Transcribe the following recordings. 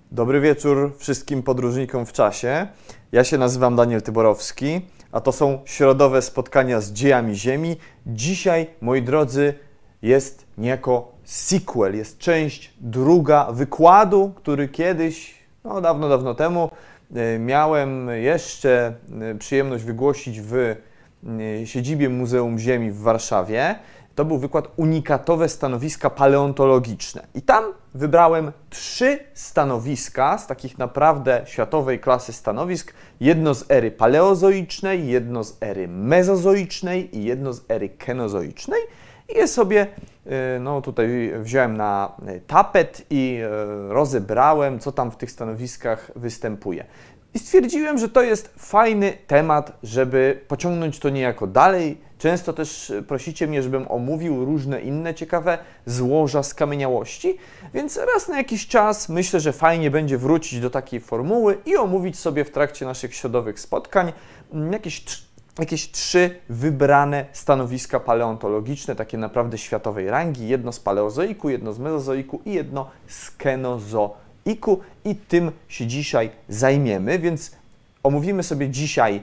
Dobry wieczór wszystkim podróżnikom w czasie. Ja się nazywam Daniel Tyborowski, a to są środowe spotkania z dziejami Ziemi. Dzisiaj, moi drodzy, jest niejako sequel, jest część druga wykładu, który kiedyś, dawno, dawno temu miałem jeszcze przyjemność wygłosić w siedzibie Muzeum Ziemi w Warszawie. To był wykład Unikatowe stanowiska paleontologiczne. I tam wybrałem 3 stanowiska z takich naprawdę światowej klasy stanowisk. Jedno z ery paleozoicznej, jedno z ery mezozoicznej i jedno z ery kenozoicznej. I je sobie tutaj wziąłem na tapet i rozebrałem, co tam w tych stanowiskach występuje. I stwierdziłem, że to jest fajny temat, żeby pociągnąć to niejako dalej. Często też prosicie mnie, żebym omówił różne inne ciekawe złoża skamieniałości, więc raz na jakiś czas myślę, że fajnie będzie wrócić do takiej formuły i omówić sobie w trakcie naszych środowych spotkań jakieś 3 wybrane stanowiska paleontologiczne, takie naprawdę światowej rangi. Jedno z paleozoiku, jedno z mezozoiku i jedno z kenozoiku. I tym się dzisiaj zajmiemy, więc omówimy sobie dzisiaj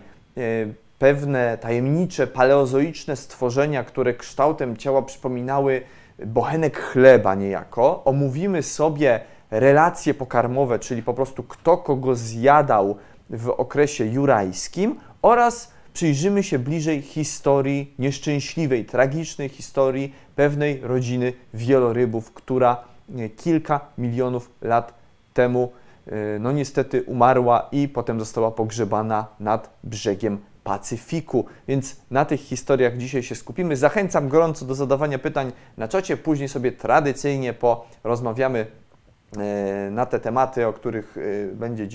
pewne tajemnicze paleozoiczne stworzenia, które kształtem ciała przypominały bochenek chleba niejako. Omówimy sobie relacje pokarmowe, czyli po prostu kto kogo zjadał w okresie jurajskim, oraz przyjrzymy się bliżej historii nieszczęśliwej, tragicznej historii pewnej rodziny wielorybów, która kilka milionów lat temu niestety umarła i potem została pogrzebana nad brzegiem Pacyfiku. Więc na tych historiach dzisiaj się skupimy. Zachęcam gorąco do zadawania pytań na czacie. Później sobie tradycyjnie porozmawiamy na te tematy, o których będzie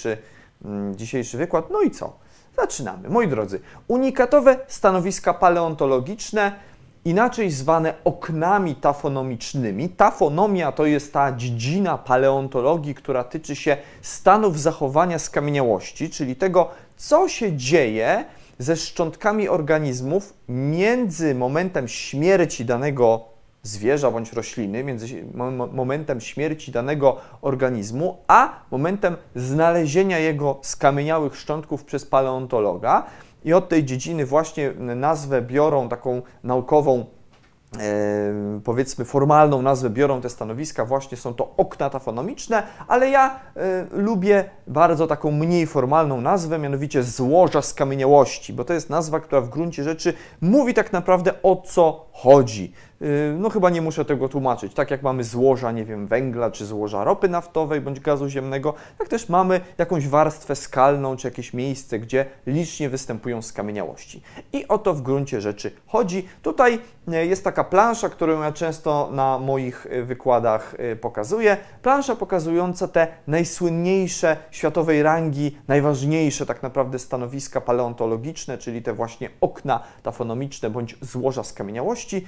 dzisiejszy wykład. No i co? Zaczynamy. Moi drodzy, unikatowe stanowiska paleontologiczne, inaczej zwane oknami tafonomicznymi. Tafonomia to jest ta dziedzina paleontologii, która tyczy się stanów zachowania skamieniałości, czyli tego, co się dzieje ze szczątkami organizmów między momentem śmierci danego zwierza bądź rośliny, między momentem śmierci danego organizmu, a momentem znalezienia jego skamieniałych szczątków przez paleontologa. I od tej dziedziny właśnie nazwę biorą, taką naukową, powiedzmy formalną nazwę biorą te stanowiska, właśnie są to okna tafonomiczne, ale ja lubię bardzo taką mniej formalną nazwę, mianowicie złoża skamieniałości, bo to jest nazwa, która w gruncie rzeczy mówi tak naprawdę, o co chodzi. Chyba nie muszę tego tłumaczyć. Tak jak mamy złoża, nie wiem, węgla, czy złoża ropy naftowej, bądź gazu ziemnego, tak też mamy jakąś warstwę skalną, czy jakieś miejsce, gdzie licznie występują skamieniałości. I o to w gruncie rzeczy chodzi. Tutaj jest taka plansza, którą ja często na moich wykładach pokazuję. Plansza pokazująca te najsłynniejsze światowej rangi, najważniejsze tak naprawdę stanowiska paleontologiczne, czyli te właśnie okna tafonomiczne, bądź złoża skamieniałości.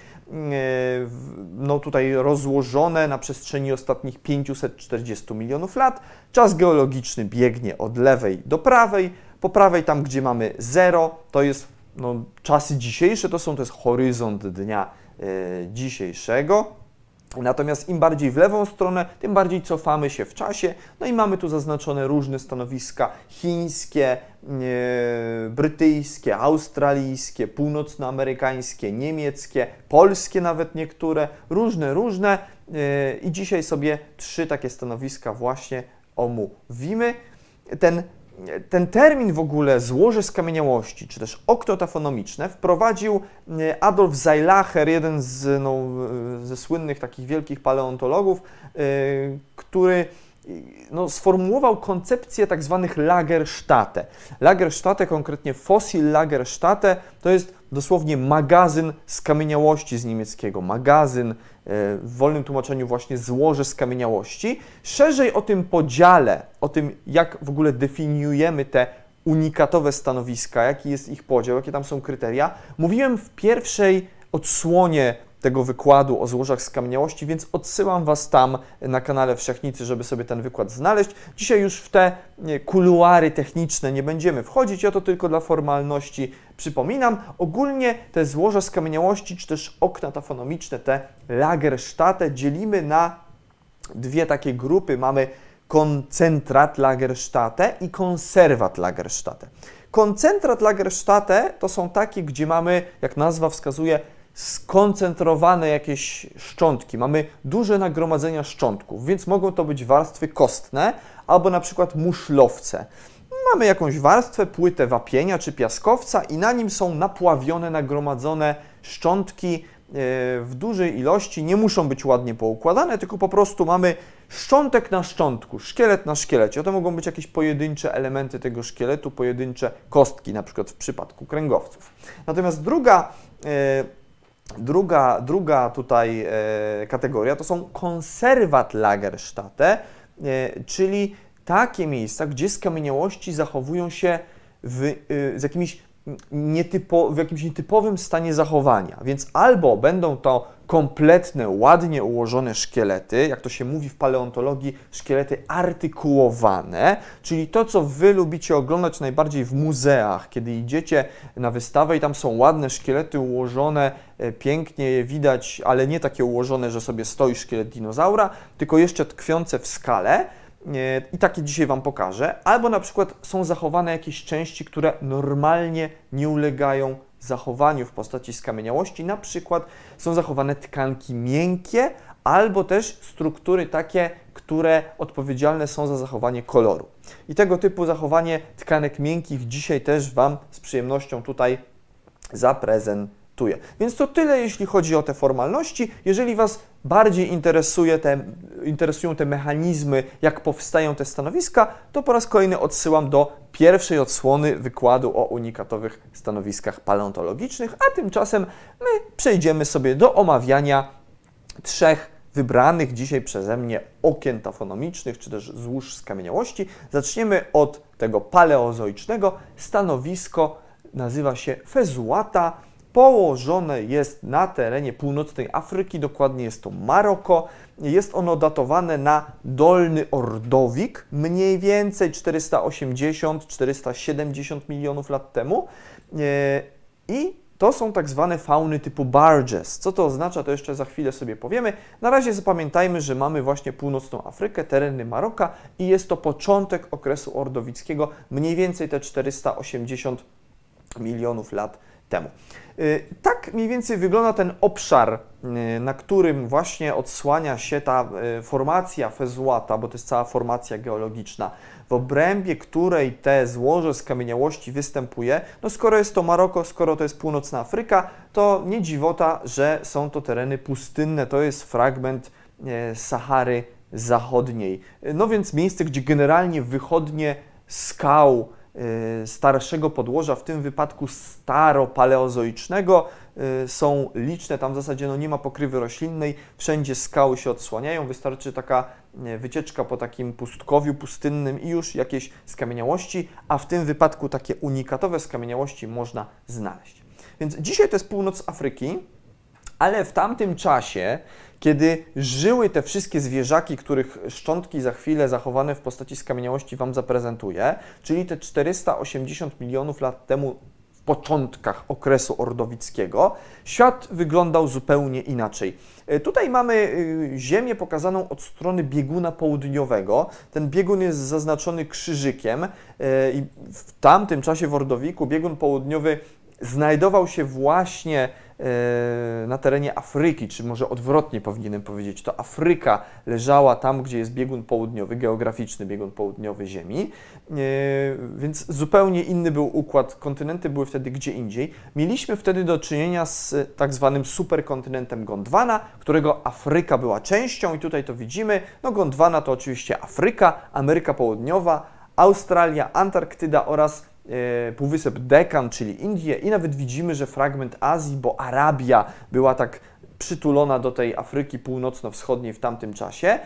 Tutaj rozłożone na przestrzeni ostatnich 540 milionów lat. Czas geologiczny biegnie od lewej do prawej. Po prawej, tam gdzie mamy 0, to jest czasy dzisiejsze, to jest horyzont dnia dzisiejszego. Natomiast im bardziej w lewą stronę, tym bardziej cofamy się w czasie. No i mamy tu zaznaczone różne stanowiska chińskie, brytyjskie, australijskie, północnoamerykańskie, niemieckie, polskie nawet niektóre, różne. I dzisiaj sobie 3 takie stanowiska właśnie omówimy. Ten termin w ogóle złoże skamieniałości, czy też okno tafonomiczne wprowadził Adolf Seilacher, jeden ze słynnych takich wielkich paleontologów, który sformułował koncepcję tak zwanych Lagerstätte. Lagerstätte, konkretnie Fossil Lagerstätte, to jest dosłownie magazyn skamieniałości z niemieckiego. Magazyn, w wolnym tłumaczeniu właśnie złoże skamieniałości. Szerzej o tym podziale, o tym, jak w ogóle definiujemy te unikatowe stanowiska, jaki jest ich podział, jakie tam są kryteria, mówiłem w pierwszej odsłonie tego wykładu o złożach skamieniałości, więc odsyłam Was tam na kanale Wszechnicy, żeby sobie ten wykład znaleźć. Dzisiaj już w te kuluary techniczne nie będziemy wchodzić, ja to tylko dla formalności przypominam. Ogólnie te złoża skamieniałości, czy też okna tafonomiczne, te Lagerstätte, dzielimy na 2 takie grupy. Mamy koncentrat Lagerstätte i konserwat Lagerstätte. Koncentrat Lagerstätte to są takie, gdzie mamy, jak nazwa wskazuje, skoncentrowane jakieś szczątki. Mamy duże nagromadzenia szczątków, więc mogą to być warstwy kostne albo na przykład muszlowce. Mamy jakąś warstwę, płytę wapienia czy piaskowca i na nim są napławione, nagromadzone szczątki w dużej ilości. Nie muszą być ładnie poukładane, tylko po prostu mamy szczątek na szczątku, szkielet na szkielecie. To mogą być jakieś pojedyncze elementy tego szkieletu, pojedyncze kostki, na przykład w przypadku kręgowców. Natomiast druga tutaj kategoria to są konserwat Lagerstätte, czyli takie miejsca, gdzie skamieniałości zachowują się w jakimś nietypowym stanie zachowania. Więc albo będą to kompletne, ładnie ułożone szkielety, jak to się mówi w paleontologii, szkielety artykułowane, czyli to, co Wy lubicie oglądać najbardziej w muzeach, kiedy idziecie na wystawę i tam są ładne szkielety ułożone, pięknie je widać, ale nie takie ułożone, że sobie stoi szkielet dinozaura, tylko jeszcze tkwiące w skale. I takie dzisiaj Wam pokażę. Albo na przykład są zachowane jakieś części, które normalnie nie ulegają zachowaniu w postaci skamieniałości. Na przykład są zachowane tkanki miękkie, albo też struktury takie, które odpowiedzialne są za zachowanie koloru. I tego typu zachowanie tkanek miękkich dzisiaj też Wam z przyjemnością tutaj zaprezentuję. Więc to tyle, jeśli chodzi o te formalności. Jeżeli Was bardziej interesują te mechanizmy, jak powstają te stanowiska, to po raz kolejny odsyłam do pierwszej odsłony wykładu o unikatowych stanowiskach paleontologicznych, a tymczasem my przejdziemy sobie do omawiania 3 wybranych dzisiaj przeze mnie okien tafonomicznych, czy też złóż skamieniałości. Zaczniemy od tego paleozoicznego. Stanowisko nazywa się Fezuata. Położone jest na terenie północnej Afryki, dokładnie jest to Maroko. Jest ono datowane na Dolny Ordowik, mniej więcej 480-470 milionów lat temu. I to są tak zwane fauny typu barges. Co to oznacza, to jeszcze za chwilę sobie powiemy. Na razie zapamiętajmy, że mamy właśnie północną Afrykę, tereny Maroka i jest to początek okresu ordowickiego, mniej więcej te 480 milionów lat temu. Tak mniej więcej wygląda ten obszar, na którym właśnie odsłania się ta formacja Fezuata, bo to jest cała formacja geologiczna, w obrębie której te złoże skamieniałości występuje. No skoro jest to Maroko, skoro to jest północna Afryka, to nie dziwota, że są to tereny pustynne, to jest fragment Sahary Zachodniej. No więc miejsce, gdzie generalnie wychodnie skał starszego podłoża, w tym wypadku staropaleozoicznego, są liczne, tam w zasadzie nie ma pokrywy roślinnej, wszędzie skały się odsłaniają, wystarczy taka wycieczka po takim pustkowiu pustynnym i już jakieś skamieniałości, a w tym wypadku takie unikatowe skamieniałości można znaleźć. Więc dzisiaj to jest północ Afryki, ale w tamtym czasie, kiedy żyły te wszystkie zwierzaki, których szczątki za chwilę zachowane w postaci skamieniałości Wam zaprezentuję, czyli te 480 milionów lat temu w początkach okresu ordowickiego, świat wyglądał zupełnie inaczej. Tutaj mamy Ziemię pokazaną od strony bieguna południowego. Ten biegun jest zaznaczony krzyżykiem i w tamtym czasie w Ordowiku biegun południowy znajdował się właśnie na terenie Afryki, czy może odwrotnie powinienem powiedzieć, to Afryka leżała tam, gdzie jest biegun południowy, geograficzny biegun południowy Ziemi, więc zupełnie inny był układ, kontynenty były wtedy gdzie indziej. Mieliśmy wtedy do czynienia z tak zwanym superkontynentem Gondwana, którego Afryka była częścią i tutaj to widzimy. No Gondwana to oczywiście Afryka, Ameryka Południowa, Australia, Antarktyda oraz Półwysep Dekan, czyli Indie i nawet widzimy, że fragment Azji, bo Arabia była tak przytulona do tej Afryki północno-wschodniej w tamtym czasie,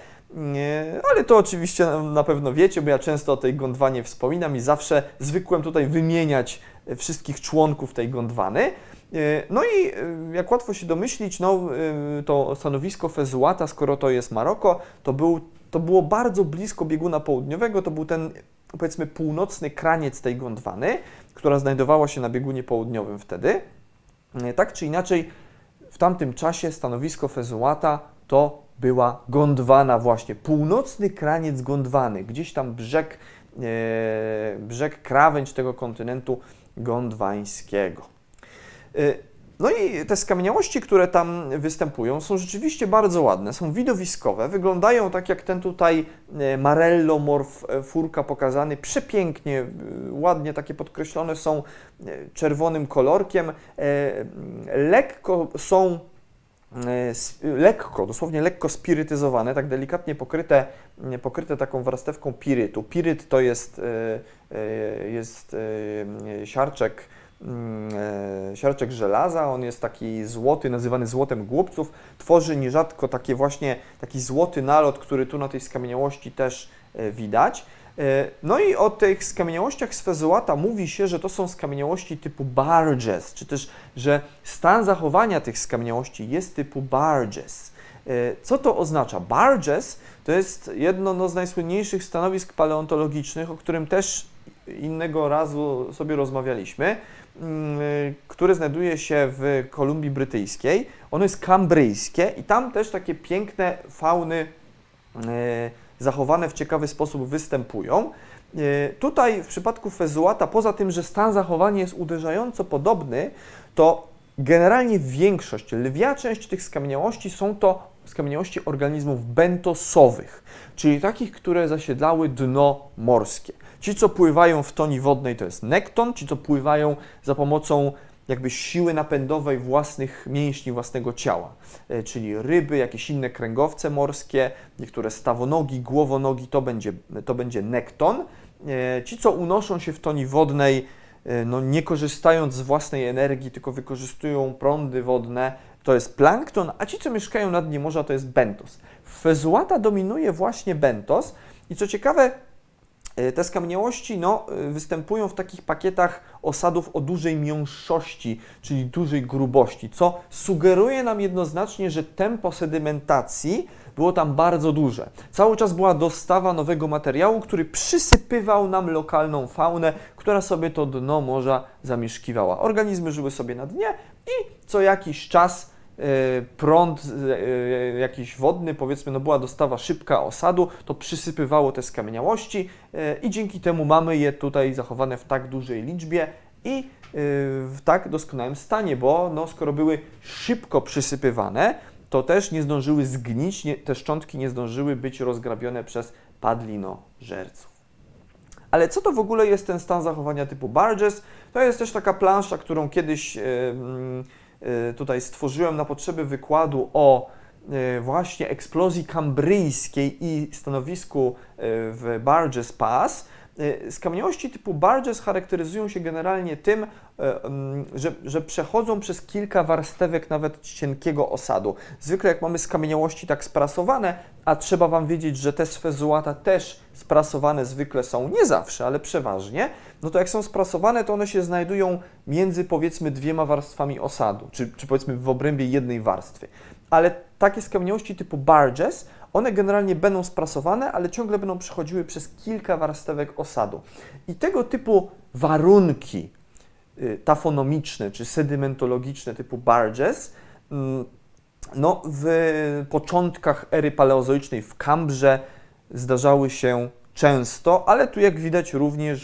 ale to oczywiście na pewno wiecie, bo ja często o tej Gondwanie wspominam i zawsze zwykłem tutaj wymieniać wszystkich członków tej Gondwany. No i jak łatwo się domyślić, no, to stanowisko Fezuata, skoro to jest Maroko, to było bardzo blisko bieguna południowego, to był ten, powiedzmy, północny kraniec tej Gondwany, która znajdowała się na biegunie południowym wtedy. Tak czy inaczej, w tamtym czasie stanowisko Fezuata to była Gondwana właśnie, północny kraniec Gondwany, gdzieś tam brzeg, krawędź tego kontynentu gondwańskiego. No i te skamieniałości, które tam występują, są rzeczywiście bardzo ładne, są widowiskowe, wyglądają tak jak ten tutaj Marellomorf Furka pokazany, przepięknie, ładnie takie podkreślone są czerwonym kolorkiem, lekko są dosłownie lekko spirytyzowane, tak delikatnie pokryte taką warstewką pirytu. Piryt to jest siarczek żelaza, on jest taki złoty, nazywany złotem głupców, tworzy nierzadko taki złoty nalot, który tu na tej skamieniałości też widać. No i o tych skamieniałościach z fezułata mówi się, że to są skamieniałości typu Barges, czy też, że stan zachowania tych skamieniałości jest typu Barges. Co to oznacza? Barges to jest jedno z najsłynniejszych stanowisk paleontologicznych, o którym też innego razu sobie rozmawialiśmy, które znajduje się w Kolumbii Brytyjskiej. Ono jest kambryjskie i tam też takie piękne fauny zachowane w ciekawy sposób występują. Tutaj w przypadku fezułata, poza tym, że stan zachowania jest uderzająco podobny, to generalnie większość, lwia część tych skamieniałości są to skamieniałości organizmów bentosowych, czyli takich, które zasiedlały dno morskie. Ci, co pływają w toni wodnej, to jest nekton, ci, co pływają za pomocą jakby siły napędowej własnych mięśni, własnego ciała, czyli ryby, jakieś inne kręgowce morskie, niektóre stawonogi, głowonogi, to będzie nekton. Ci, co unoszą się w toni wodnej, no nie korzystając z własnej energii, tylko wykorzystują prądy wodne, to jest plankton, a ci, co mieszkają na dnie morza, to jest bentos. W fezułata dominuje właśnie bentos i co ciekawe, te skamieniałości występują w takich pakietach osadów o dużej miąższości, czyli dużej grubości, co sugeruje nam jednoznacznie, że tempo sedymentacji było tam bardzo duże. Cały czas była dostawa nowego materiału, który przysypywał nam lokalną faunę, która sobie to dno morza zamieszkiwała. Organizmy żyły sobie na dnie i co jakiś czas prąd jakiś wodny, powiedzmy, była dostawa szybka osadu, to przysypywało te skamieniałości i dzięki temu mamy je tutaj zachowane w tak dużej liczbie i w tak doskonałym stanie, bo skoro były szybko przysypywane, to też nie zdążyły zgnić, te szczątki nie zdążyły być rozgrabione przez padlinożerców. Ale co to w ogóle jest ten stan zachowania typu Barges? To jest też taka plansza, którą kiedyś tutaj stworzyłem na potrzeby wykładu o właśnie eksplozji kambryjskiej i stanowisku w Barges Pass. Skamieniałości typu Barges charakteryzują się generalnie tym, że przechodzą przez kilka warstewek nawet cienkiego osadu. Zwykle jak mamy skamieniałości tak sprasowane, a trzeba Wam wiedzieć, że te z fezułata też sprasowane zwykle są, nie zawsze, ale przeważnie, no to jak są sprasowane, to one się znajdują między powiedzmy dwiema warstwami osadu, czy powiedzmy w obrębie jednej warstwy. Ale takie skamieniałości typu Barges, one generalnie będą sprasowane, ale ciągle będą przechodziły przez kilka warstewek osadu. I tego typu warunki tafonomiczne czy sedymentologiczne typu Barges, w początkach ery paleozoicznej w Kambrze zdarzały się często, ale tu jak widać również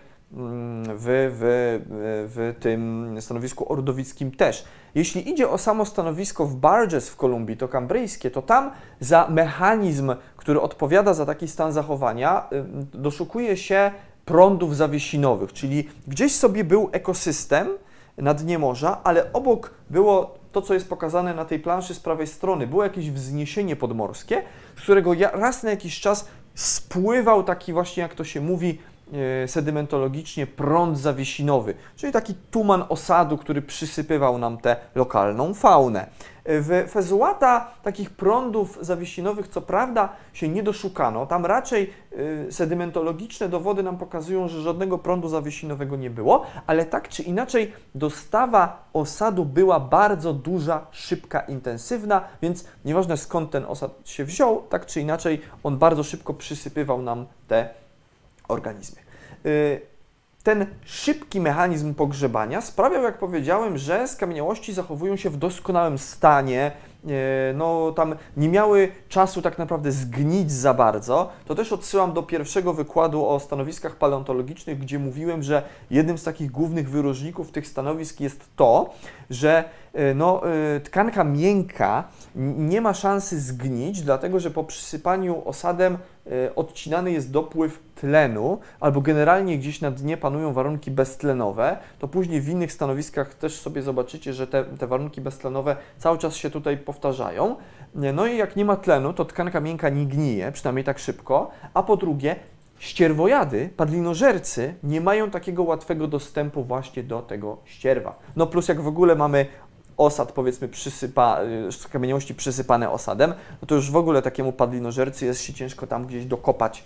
w tym stanowisku ordowickim też. Jeśli idzie o samo stanowisko w Barges w Kolumbii, to kambryjskie, to tam za mechanizm, który odpowiada za taki stan zachowania, doszukuje się prądów zawiesinowych, czyli gdzieś sobie był ekosystem na dnie morza, ale obok było to, co jest pokazane na tej planszy z prawej strony, było jakieś wzniesienie podmorskie, z którego raz na jakiś czas spływał taki właśnie, jak to się mówi sedymentologicznie, prąd zawiesinowy, czyli taki tuman osadu, który przysypywał nam tę lokalną faunę. W fezułata takich prądów zawiesinowych co prawda się nie doszukano, tam raczej sedymentologiczne dowody nam pokazują, że żadnego prądu zawiesinowego nie było, ale tak czy inaczej dostawa osadu była bardzo duża, szybka, intensywna, więc nieważne skąd ten osad się wziął, tak czy inaczej on bardzo szybko przysypywał nam te organizmy. ten szybki mechanizm pogrzebania sprawiał, jak powiedziałem, że skamieniałości zachowują się w doskonałym stanie, no tam nie miały czasu tak naprawdę zgnić za bardzo. To też odsyłam do pierwszego wykładu o stanowiskach paleontologicznych, gdzie mówiłem, że jednym z takich głównych wyróżników tych stanowisk jest to, że tkanka miękka nie ma szansy zgnić, dlatego że po przysypaniu osadem odcinany jest dopływ tlenu, albo generalnie gdzieś na dnie panują warunki beztlenowe, to później w innych stanowiskach też sobie zobaczycie, że te warunki beztlenowe cały czas się tutaj powtarzają. No i jak nie ma tlenu, to tkanka miękka nie gnije, przynajmniej tak szybko, a po drugie ścierwojady, padlinożercy nie mają takiego łatwego dostępu właśnie do tego ścierwa. No plus jak w ogóle mamy osad, powiedzmy, skamieniałości przysypane osadem, no to już w ogóle takiemu padlinożercy jest się ciężko tam gdzieś dokopać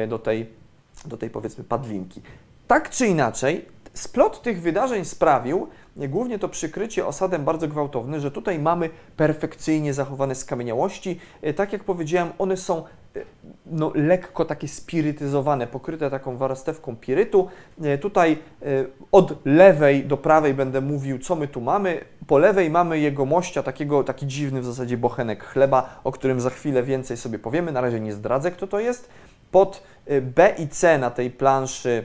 do tej powiedzmy padlinki. Tak czy inaczej, splot tych wydarzeń sprawił, głównie to przykrycie osadem bardzo gwałtowne, że tutaj mamy perfekcyjnie zachowane skamieniałości. Tak jak powiedziałem, one są lekko takie spirytyzowane, pokryte taką warstewką pirytu. Tutaj od lewej do prawej będę mówił, co my tu mamy. Po lewej mamy jegomościa, taki dziwny w zasadzie bochenek chleba, o którym za chwilę więcej sobie powiemy. Na razie nie zdradzę, kto to jest. Pod B i C na tej planszy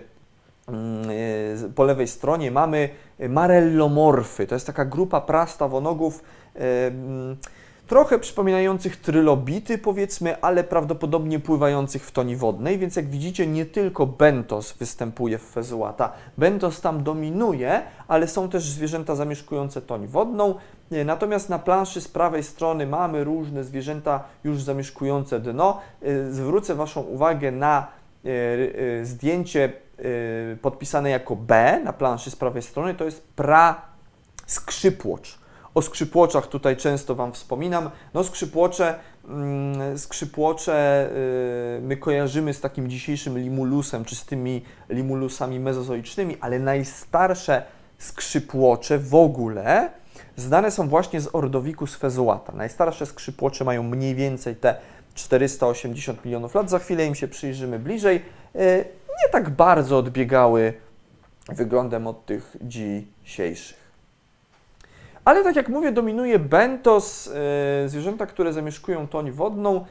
po lewej stronie mamy marellomorfy. To jest taka grupa prastawonogów, trochę przypominających trylobity, powiedzmy, ale prawdopodobnie pływających w toni wodnej, więc jak widzicie, nie tylko bentos występuje w Fezuata. Bentos tam dominuje, ale są też zwierzęta zamieszkujące toń wodną. Natomiast na planszy z prawej strony mamy różne zwierzęta już zamieszkujące dno. Zwrócę Waszą uwagę na zdjęcie podpisane jako B na planszy z prawej strony. To jest praskrzypłocz. O skrzypłoczach tutaj często Wam wspominam. No skrzypłocze my kojarzymy z takim dzisiejszym limulusem, czy z tymi limulusami mezozoicznymi, ale najstarsze skrzypłocze w ogóle znane są właśnie z Ordovicus fezuata. Najstarsze skrzypłocze mają mniej więcej te 480 milionów lat. Za chwilę im się przyjrzymy bliżej. Nie tak bardzo odbiegały wyglądem od tych dzisiejszych. Ale tak jak mówię, dominuje bentos, zwierzęta, które zamieszkują toń wodną,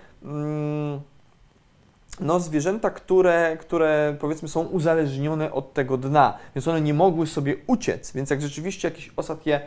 no zwierzęta, które powiedzmy są uzależnione od tego dna, więc one nie mogły sobie uciec, więc jak rzeczywiście jakiś osad je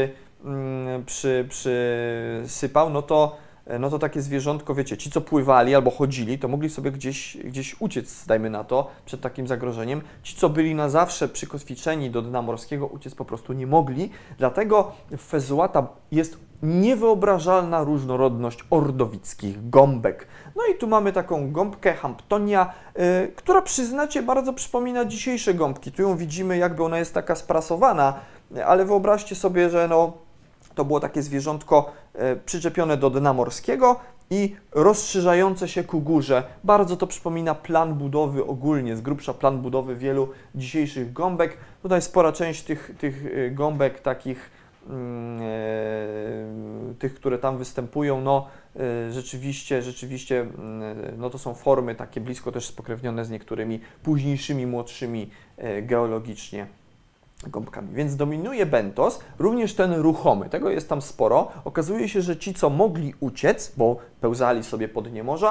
przysypał, no to takie zwierzątko, wiecie, ci co pływali albo chodzili, to mogli sobie gdzieś uciec, dajmy na to, przed takim zagrożeniem. Ci, co byli na zawsze przykotwiczeni do dna morskiego, uciec po prostu nie mogli. Dlatego w Fezuata jest niewyobrażalna różnorodność ordowickich gąbek. No i tu mamy taką gąbkę Hamptonia, która przyznacie bardzo przypomina dzisiejsze gąbki. Tu ją widzimy, jakby ona jest taka sprasowana, ale wyobraźcie sobie, że to było takie zwierzątko przyczepione do dna morskiego i rozszerzające się ku górze. Bardzo to przypomina plan budowy ogólnie, z grubsza plan budowy wielu dzisiejszych gąbek. Tutaj spora część tych gąbek takich, tych, które tam występują, no rzeczywiście, no to są formy takie blisko też spokrewnione z niektórymi późniejszymi, młodszymi geologicznie gąbkami. Więc dominuje bentos, również ten ruchomy. Tego jest tam sporo. Okazuje się, że ci, co mogli uciec, bo pełzali sobie po dnie morza,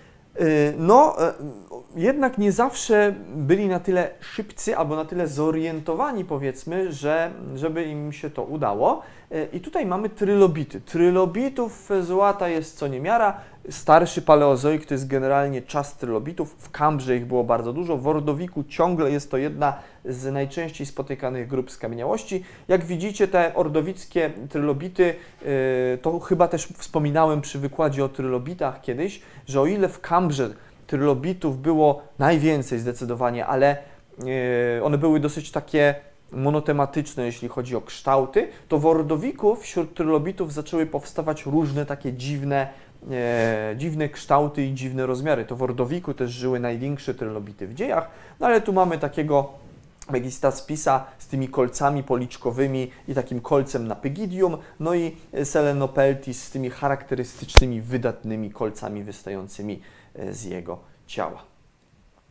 jednak nie zawsze byli na tyle szybcy albo na tyle zorientowani, powiedzmy, żeby im się to udało. I tutaj mamy trylobity. Trylobitów Fezuata jest co niemiara. Starszy paleozoik to jest generalnie czas trylobitów. W Kambrze ich było bardzo dużo. W Ordowiku ciągle jest to jedna z najczęściej spotykanych grup skamieniałości. Jak widzicie, te ordowickie trylobity, to chyba też wspominałem przy wykładzie o trylobitach kiedyś, że o ile w Kambrze trylobitów było najwięcej zdecydowanie, ale one były dosyć takie monotematyczne, jeśli chodzi o kształty, to w Ordowiku wśród trylobitów zaczęły powstawać różne takie dziwne kształty i dziwne rozmiary. To w Ordowiku też żyły największe trylobity w dziejach, no ale tu mamy takiego Megistaspisa z tymi kolcami policzkowymi i takim kolcem na pygidium, no i Selenopeltis z tymi charakterystycznymi, wydatnymi kolcami wystającymi z jego ciała.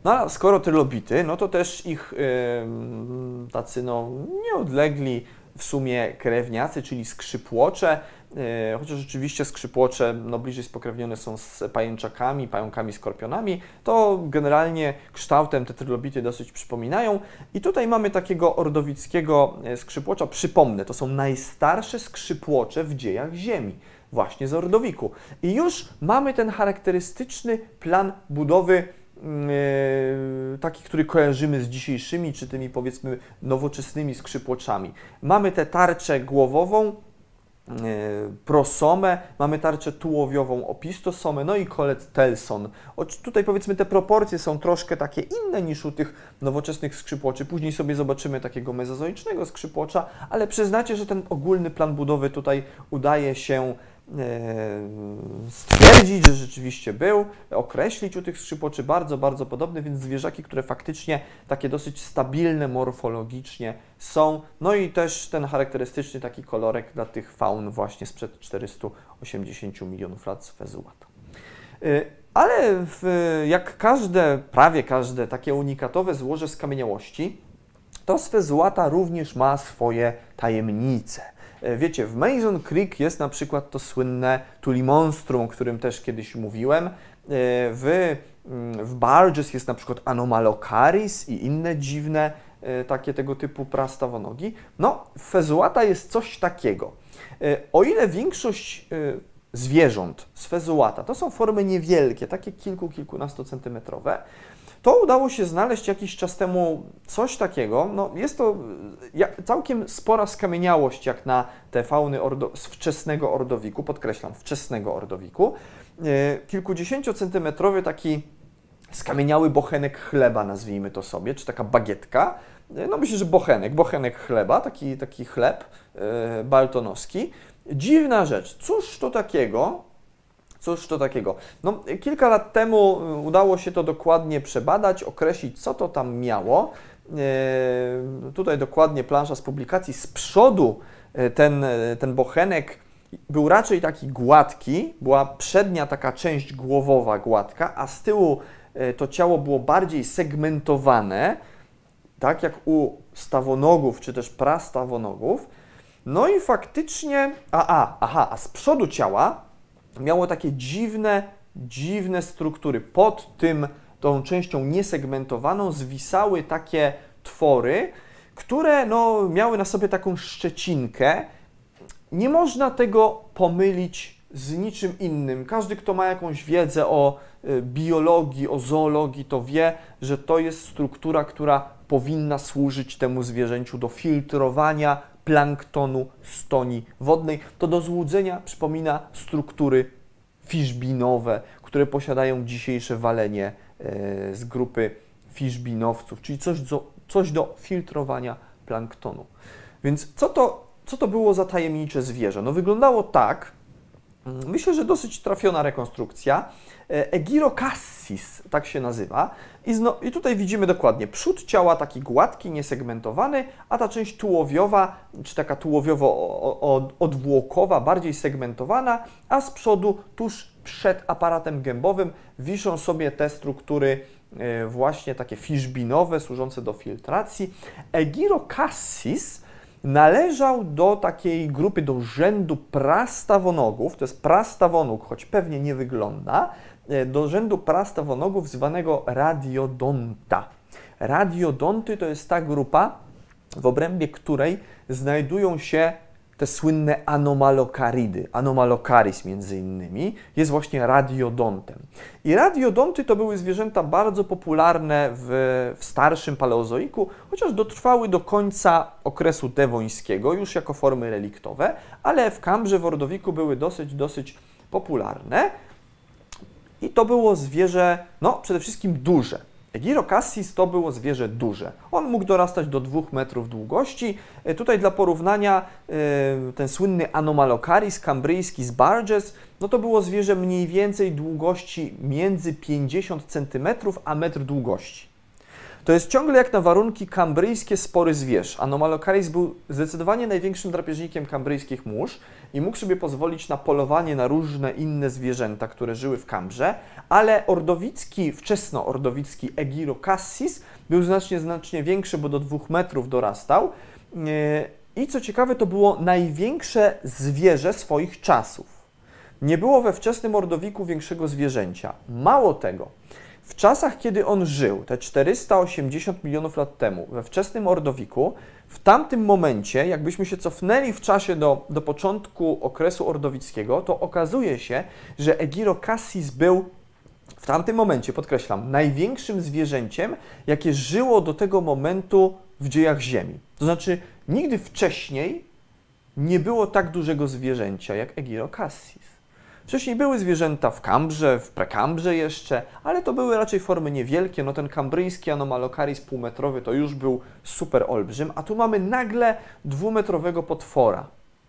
No a skoro trylobity, no to też ich tacy no nieodlegli w sumie krewniacy, czyli skrzypłocze, chociaż rzeczywiście skrzypłocze no, bliżej spokrewnione są z pajęczakami, pająkami, skorpionami, to generalnie kształtem te trylobity dosyć przypominają. I tutaj mamy takiego ordowickiego skrzypłocza. Przypomnę, to są najstarsze skrzypłocze w dziejach Ziemi, właśnie z Ordowiku. I już mamy ten charakterystyczny plan budowy, taki, który kojarzymy z dzisiejszymi, czy tymi powiedzmy nowoczesnymi skrzypłoczami. Mamy tę tarczę głowową, prosomę, mamy tarczę tułowiową, opistosomę, no i kolet telson. Tutaj powiedzmy te proporcje są troszkę takie inne niż u tych nowoczesnych skrzypłoczy. Później sobie zobaczymy takiego mezozoicznego skrzypłocza, ale przyznacie, że ten ogólny plan budowy tutaj udaje się stwierdzić, że rzeczywiście był, określić u tych skrzypłoczy bardzo, bardzo podobny, więc zwierzaki, które faktycznie takie dosyć stabilne morfologicznie są, no i też ten charakterystyczny taki kolorek dla tych faun właśnie sprzed 480 milionów lat z fezułata. Ale jak prawie każde takie unikatowe złoże skamieniałości, to sfezułata również ma swoje tajemnice. Wiecie, w Mason Creek jest na przykład to słynne tulimonstrum, o którym też kiedyś mówiłem. W Barges jest na przykład Anomalocaris i inne dziwne takie tego typu prastawonogi. No, w fezułata jest coś takiego. O ile większość zwierząt z fezułata to są formy niewielkie, takie kilkunastocentymetrowe, to udało się znaleźć jakiś czas temu coś takiego. No, jest to całkiem spora skamieniałość jak na te fauny z wczesnego Ordowiku, podkreślam, wczesnego Ordowiku. Kilkudziesięciocentymetrowy taki skamieniały bochenek chleba, nazwijmy to sobie, czy taka bagietka. No myślę, że bochenek chleba, taki chleb baltonowski. Dziwna rzecz. Cóż to takiego? No, kilka lat temu udało się to dokładnie przebadać, określić, co to tam miało. Tutaj dokładnie plansza z publikacji. Z przodu ten bochenek był raczej taki gładki, była przednia taka część głowowa gładka, a z tyłu to ciało było bardziej segmentowane, tak jak u stawonogów, czy też prastawonogów. No i faktycznie, a z przodu ciała miało takie dziwne struktury. Pod tą częścią niesegmentowaną zwisały takie twory, które no, miały na sobie taką szczecinkę. Nie można tego pomylić z niczym innym. Każdy, kto ma jakąś wiedzę o biologii, o zoologii, to wie, że to jest struktura, która powinna służyć temu zwierzęciu do filtrowania planktonu stoni wodnej. To do złudzenia przypomina struktury fiszbinowe, które posiadają dzisiejsze walenie z grupy fiszbinowców, czyli coś do filtrowania planktonu. Więc co to było za tajemnicze zwierzę? No wyglądało tak, myślę, że dosyć trafiona rekonstrukcja. Egirocassis, tak się nazywa. I tutaj widzimy dokładnie przód ciała taki gładki, niesegmentowany, a ta część tułowiowa, czy taka tułowiowo-odwłokowa, bardziej segmentowana, a z przodu, tuż przed aparatem gębowym, wiszą sobie te struktury właśnie takie fiszbinowe, służące do filtracji. Egirocassis należał do takiej grupy, do rzędu prastawonogów, to jest prastawonóg, choć pewnie nie wygląda, do rzędu prastawonogów zwanego radiodonta. Radiodonty to jest ta grupa, w obrębie której znajdują się te słynne anomalokaridy, Anomalocaris między innymi, jest właśnie radiodontem. I radiodonty to były zwierzęta bardzo popularne w starszym paleozoiku, chociaż dotrwały do końca okresu dewońskiego, już jako formy reliktowe, ale w Kambrze, w Ordowiku były dosyć popularne. I to było zwierzę, no przede wszystkim duże. Egirocassis to było zwierzę duże. On mógł dorastać do 2 metrów długości. Tutaj dla porównania ten słynny Anomalocaris kambryjski z Barges, no to było zwierzę mniej więcej długości między 50 cm a metr długości. To jest ciągle jak na warunki kambryjskie spory zwierz. Anomalocaris był zdecydowanie największym drapieżnikiem kambryjskich mórz i mógł sobie pozwolić na polowanie na różne inne zwierzęta, które żyły w Kambrze, ale ordowicki, wczesnoordowicki Egirocassis był znacznie większy, bo do 2 metrów dorastał. I co ciekawe, to było największe zwierzę swoich czasów. Nie było we wczesnym Ordowiku większego zwierzęcia. Mało tego, w czasach, kiedy on żył, te 480 milionów lat temu, we wczesnym Ordowiku, w tamtym momencie, jakbyśmy się cofnęli w czasie do początku okresu ordowickiego, to okazuje się, że Egirocassis był w tamtym momencie, podkreślam, największym zwierzęciem, jakie żyło do tego momentu w dziejach Ziemi. To znaczy, nigdy wcześniej nie było tak dużego zwierzęcia jak Egirocassis. Wcześniej były zwierzęta w Kambrze, w prekambrze jeszcze, ale to były raczej formy niewielkie. No ten kambryjski Anomalocaris półmetrowy to już był super olbrzym, a tu mamy nagle 2-metrowego potwora.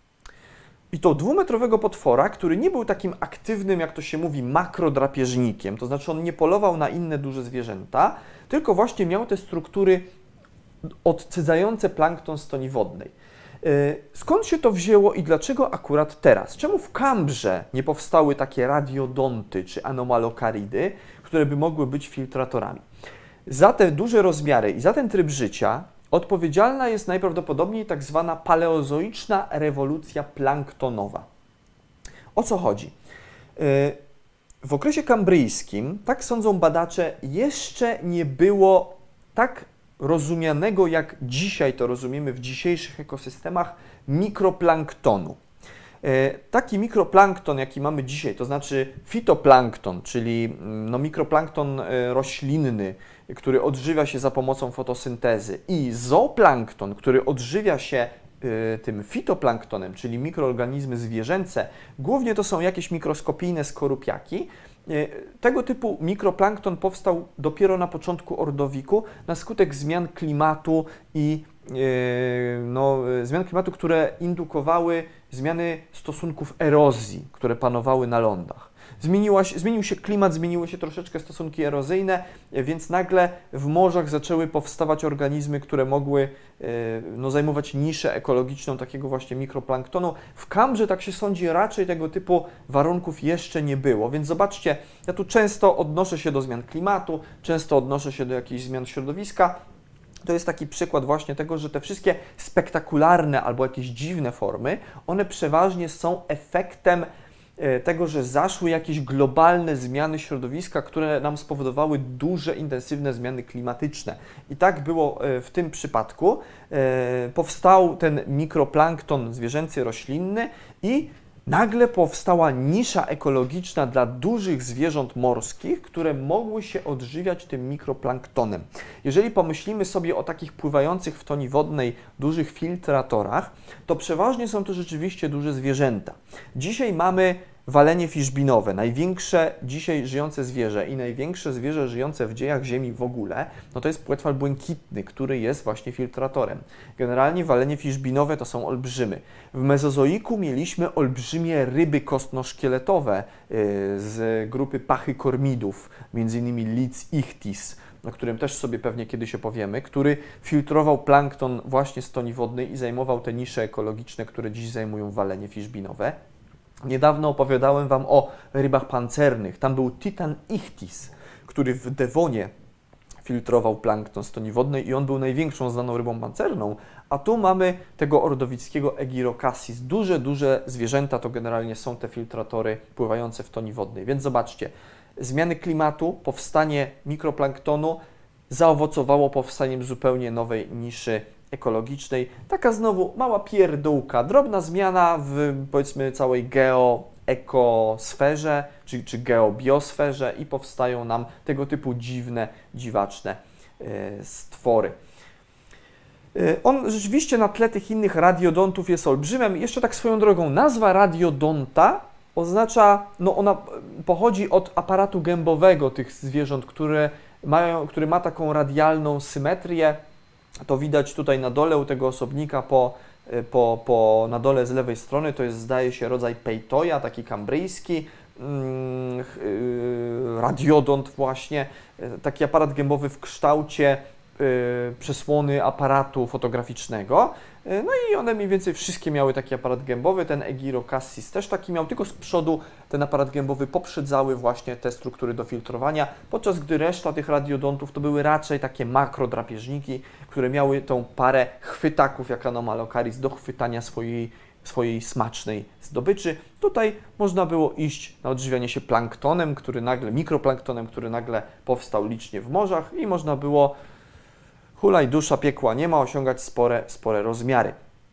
I to 2-metrowego potwora, który nie był takim aktywnym, jak to się mówi, makrodrapieżnikiem, to znaczy on nie polował na inne duże zwierzęta, tylko właśnie miał te struktury odcydzające plankton stoni wodnej. Skąd się to wzięło i dlaczego akurat teraz? Czemu w Kambrze nie powstały takie radiodonty czy anomalokaridy, które by mogły być filtratorami? Za te duże rozmiary i za ten tryb życia odpowiedzialna jest najprawdopodobniej tak zwana paleozoiczna rewolucja planktonowa. O co chodzi? W okresie kambryjskim, tak sądzą badacze, jeszcze nie było tak rozumianego, jak dzisiaj to rozumiemy w dzisiejszych ekosystemach, mikroplanktonu. Taki mikroplankton, jaki mamy dzisiaj, to znaczy fitoplankton, czyli mikroplankton roślinny, który odżywia się za pomocą fotosyntezy, i zooplankton, który odżywia się tym fitoplanktonem, czyli mikroorganizmy zwierzęce, głównie to są jakieś mikroskopijne skorupiaki. Tego typu mikroplankton powstał dopiero na początku Ordowiku na skutek zmian klimatu i zmian klimatu, które indukowały zmiany stosunków erozji, które panowały na lądach. Zmienił się klimat, zmieniły się troszeczkę stosunki erozyjne, więc nagle w morzach zaczęły powstawać organizmy, które mogły zajmować niszę ekologiczną takiego właśnie mikroplanktonu. W Kambrze, tak się sądzi, raczej tego typu warunków jeszcze nie było, więc zobaczcie, ja tu często odnoszę się do zmian klimatu, często odnoszę się do jakichś zmian środowiska. To jest taki przykład właśnie tego, że te wszystkie spektakularne albo jakieś dziwne formy, one przeważnie są efektem tego, że zaszły jakieś globalne zmiany środowiska, które nam spowodowały duże, intensywne zmiany klimatyczne. I tak było w tym przypadku. Powstał ten mikroplankton zwierzęcy, roślinny i nagle powstała nisza ekologiczna dla dużych zwierząt morskich, które mogły się odżywiać tym mikroplanktonem. Jeżeli pomyślimy sobie o takich pływających w toni wodnej dużych filtratorach, to przeważnie są to rzeczywiście duże zwierzęta. Dzisiaj mamy walenie fiszbinowe, największe dzisiaj żyjące zwierzę i największe zwierzę żyjące w dziejach Ziemi w ogóle, no to jest płetwal błękitny, który jest właśnie filtratorem. Generalnie walenie fiszbinowe to są olbrzymy. W mezozoiku mieliśmy olbrzymie ryby kostnoszkieletowe z grupy pachykormidów, m.in. Lic ichthys, o którym też sobie pewnie kiedyś opowiemy, który filtrował plankton właśnie z toni wodnej i zajmował te nisze ekologiczne, które dziś zajmują walenie fiszbinowe. Niedawno opowiadałem Wam o rybach pancernych. Tam był Titan ichthys, który w Devonie filtrował plankton z toni wodnej i on był największą znaną rybą pancerną, a tu mamy tego ordowickiego Egirocassis. Duże zwierzęta to generalnie są te filtratory pływające w toni wodnej. Więc zobaczcie, zmiany klimatu, powstanie mikroplanktonu zaowocowało powstaniem zupełnie nowej niszy ekologicznej. Taka znowu mała pierdółka, drobna zmiana w, powiedzmy, całej ekosferze czy geobiosferze i powstają nam tego typu dziwne, dziwaczne stwory. On rzeczywiście na tle tych innych radiodontów jest olbrzymem. Jeszcze tak swoją drogą, nazwa radiodonta oznacza, ona pochodzi od aparatu gębowego tych zwierząt, który ma taką radialną symetrię. To widać tutaj na dole u tego osobnika na dole z lewej strony, to jest, zdaje się, rodzaj pejtoja, taki kambryjski, radiodont właśnie, taki aparat gębowy w kształcie przesłony aparatu fotograficznego. No i one mniej więcej wszystkie miały taki aparat gębowy, ten Egiro Cassis też taki miał, tylko z przodu ten aparat gębowy poprzedzały właśnie te struktury do filtrowania, podczas gdy reszta tych radiodontów to były raczej takie makrodrapieżniki, które miały tą parę chwytaków jak Anomalocaris do chwytania swojej smacznej zdobyczy. Tutaj można było iść na odżywianie się planktonem, mikroplanktonem, który nagle powstał licznie w morzach i można było hulaj dusza, piekła nie ma, osiągać spore rozmiary.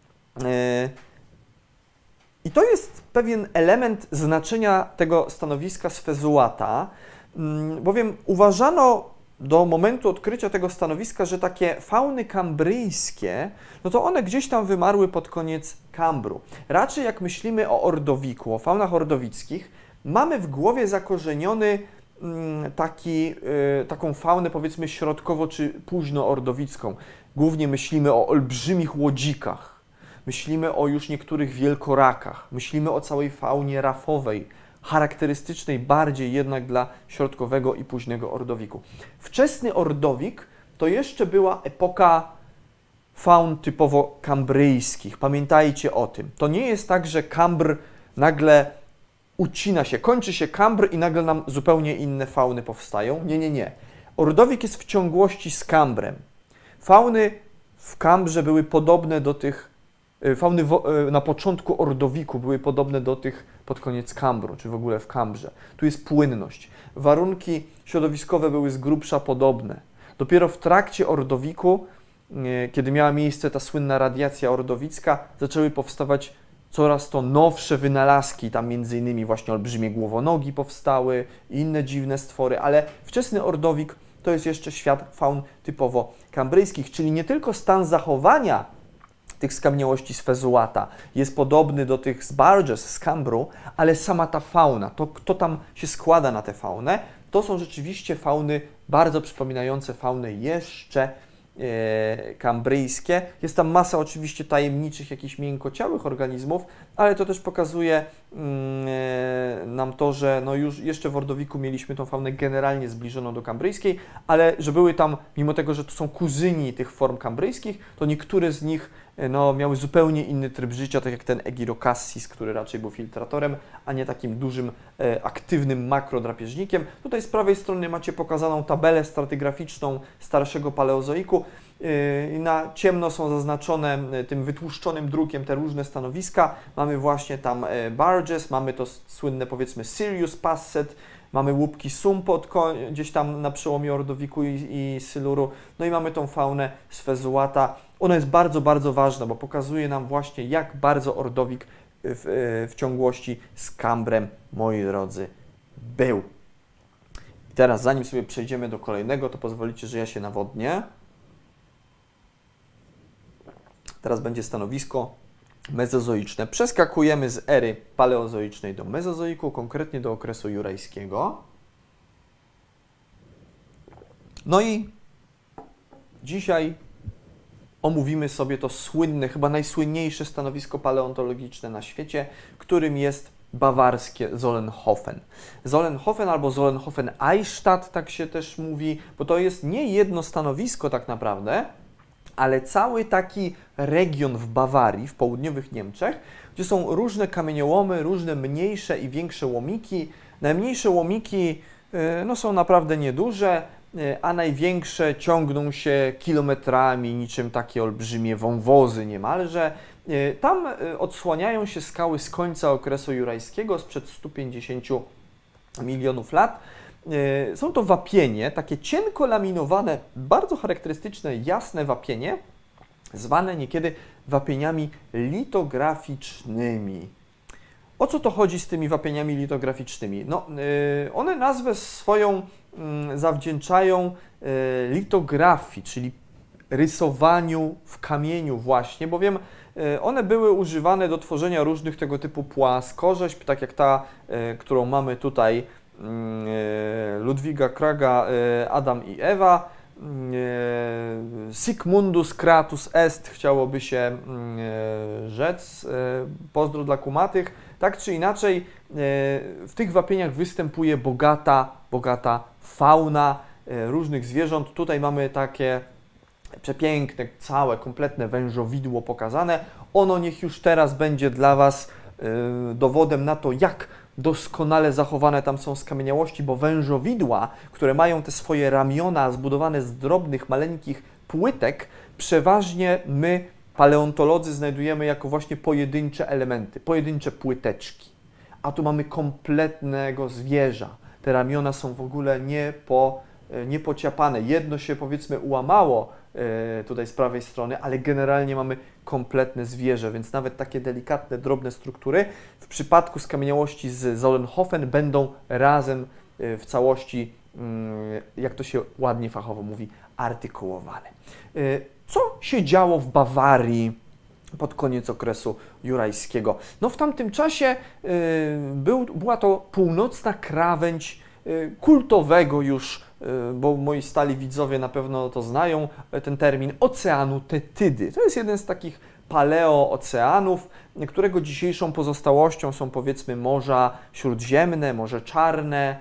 I to jest pewien element znaczenia tego stanowiska Sfezuata, bowiem uważano do momentu odkrycia tego stanowiska, że takie fauny kambryjskie, no to one gdzieś tam wymarły pod koniec Kambru. Raczej jak myślimy o ordowiku, o faunach ordowickich, mamy w głowie zakorzeniony taką faunę powiedzmy środkowo czy późnoordowicką. Głównie myślimy o olbrzymich łodzikach, myślimy o już niektórych wielkorakach, myślimy o całej faunie rafowej, charakterystycznej bardziej jednak dla środkowego i późnego ordowiku. Wczesny ordowik to jeszcze była epoka faun typowo kambryjskich. Pamiętajcie o tym. To nie jest tak, że Kambr nagle ucina się, kończy się Kambr i nagle nam zupełnie inne fauny powstają. Nie, nie, nie. Ordowik jest w ciągłości z Kambrem. Fauny w Kambrze były podobne do tych, fauny na początku ordowiku były podobne do tych pod koniec Kambru, czy w ogóle w Kambrze. Tu jest płynność. Warunki środowiskowe były z grubsza podobne. Dopiero w trakcie ordowiku, kiedy miała miejsce ta słynna radiacja ordowicka, zaczęły powstawać coraz to nowsze wynalazki, tam między innymi właśnie olbrzymie głowonogi powstały i inne dziwne stwory, ale wczesny ordowik to jest jeszcze świat faun typowo kambryjskich, czyli nie tylko stan zachowania tych skamieniałości Sfezuata jest podobny do tych z Barges, z Kambru, ale sama ta fauna, to kto tam się składa na tę faunę, to są rzeczywiście fauny bardzo przypominające faunę jeszcze kambryjskie. Jest tam masa oczywiście tajemniczych, jakichś miękkociałych organizmów, ale to też pokazuje nam to, że no już jeszcze w ordowiku mieliśmy tą faunę generalnie zbliżoną do kambryjskiej, ale że były tam, mimo tego, że to są kuzyni tych form kambryjskich, to niektóre z nich no, miały zupełnie inny tryb życia, tak jak ten Egiro Cassis, który raczej był filtratorem, a nie takim dużym, aktywnym makrodrapieżnikiem. Tutaj z prawej strony macie pokazaną tabelę stratygraficzną starszego paleozoiku. Na ciemno są zaznaczone tym wytłuszczonym drukiem te różne stanowiska. Mamy właśnie tam Barges, mamy to słynne powiedzmy Sirius Passet, mamy łupki Sumpot gdzieś tam na przełomie ordowiku i Siluru, no i mamy tą faunę Sfezuata. Ona jest bardzo, bardzo ważna, bo pokazuje nam właśnie, jak bardzo ordowik w ciągłości z Kambrem, moi drodzy, był. I teraz, zanim sobie przejdziemy do kolejnego, to pozwolicie, że ja się nawodnię. Teraz będzie stanowisko mezozoiczne. Przeskakujemy z ery paleozoicznej do mezozoiku, konkretnie do okresu jurajskiego. No i dzisiaj omówimy sobie to słynne, chyba najsłynniejsze stanowisko paleontologiczne na świecie, którym jest bawarskie Solnhofen. Solnhofen albo Solnhofen-Eichstätt, tak się też mówi, bo to jest nie jedno stanowisko tak naprawdę, ale cały taki region w Bawarii, w południowych Niemczech, gdzie są różne kamieniołomy, różne mniejsze i większe łomiki. Najmniejsze łomiki no, są naprawdę nieduże, a największe ciągną się kilometrami, niczym takie olbrzymie wąwozy niemalże. Tam odsłaniają się skały z końca okresu jurajskiego, sprzed 150 milionów lat. Są to wapienie, takie cienko laminowane, bardzo charakterystyczne, jasne wapienie, zwane niekiedy wapieniami litograficznymi. O co to chodzi z tymi wapieniami litograficznymi? No, one nazwę swoją zawdzięczają litografii, czyli rysowaniu w kamieniu właśnie, bowiem one były używane do tworzenia różnych tego typu płaskorzeźb, tak jak ta, którą mamy tutaj, Ludwiga Kraga, Adam i Ewa. Sigmundus Kratus est, chciałoby się rzec, pozdro dla kumatych. Tak czy inaczej, w tych wapieniach występuje bogata fauna różnych zwierząt. Tutaj mamy takie przepiękne, całe, kompletne wężowidło pokazane. Ono niech już teraz będzie dla Was dowodem na to, jak doskonale zachowane tam są skamieniałości, bo wężowidła, które mają te swoje ramiona zbudowane z drobnych, maleńkich płytek, przeważnie my, paleontolodzy, znajdujemy jako właśnie pojedyncze elementy, pojedyncze płyteczki. A tu mamy kompletnego zwierza. Te ramiona są w ogóle niepociapane. Jedno się, powiedzmy, ułamało tutaj z prawej strony, ale generalnie mamy kompletne zwierzę, więc nawet takie delikatne, drobne struktury w przypadku skamieniałości z Solnhofen będą razem w całości, jak to się ładnie fachowo mówi, artykułowane. Co się działo w Bawarii pod koniec okresu jurajskiego? No w tamtym czasie była to północna krawędź kultowego już, bo moi stali widzowie na pewno to znają, ten termin, oceanu Tetydy. To jest jeden z takich paleooceanów, którego dzisiejszą pozostałością są, powiedzmy, Morza Śródziemne, Morze Czarne,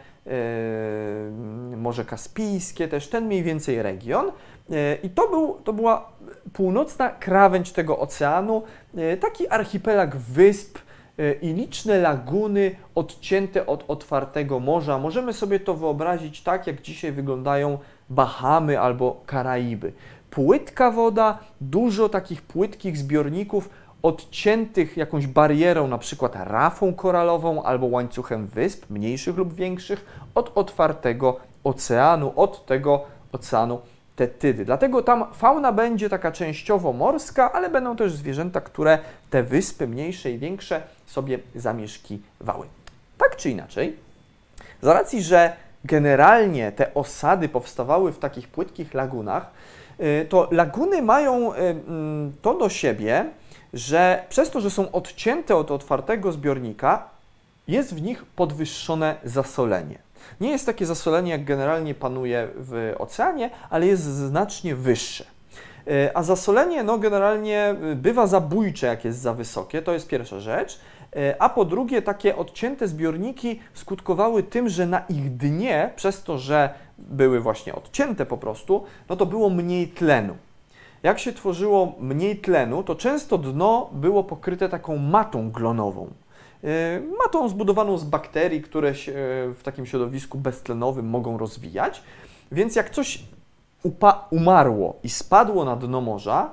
Morze Kaspijskie, też ten mniej więcej region. I to była północna krawędź tego oceanu, taki archipelag wysp i liczne laguny odcięte od otwartego morza. Możemy sobie to wyobrazić tak, jak dzisiaj wyglądają Bahamy albo Karaiby. Płytka woda, dużo takich płytkich zbiorników odciętych jakąś barierą, na przykład rafą koralową albo łańcuchem wysp, mniejszych lub większych, od otwartego oceanu, od tego oceanu Tetydy. Dlatego tam fauna będzie taka częściowo morska, ale będą też zwierzęta, które te wyspy mniejsze i większe sobie zamieszkiwały. Tak czy inaczej, z racji, że generalnie te osady powstawały w takich płytkich lagunach, to laguny mają to do siebie, że przez to, że są odcięte od otwartego zbiornika, jest w nich podwyższone zasolenie. Nie jest takie zasolenie, jak generalnie panuje w oceanie, ale jest znacznie wyższe. A zasolenie generalnie bywa zabójcze, jak jest za wysokie, to jest pierwsza rzecz. A po drugie, takie odcięte zbiorniki skutkowały tym, że na ich dnie, przez to, że były właśnie odcięte po prostu, no to było mniej tlenu. Jak się tworzyło mniej tlenu, to często dno było pokryte taką matą glonową. Matą zbudowaną z bakterii, które się w takim środowisku beztlenowym mogą rozwijać. Więc jak coś umarło i spadło na dno morza,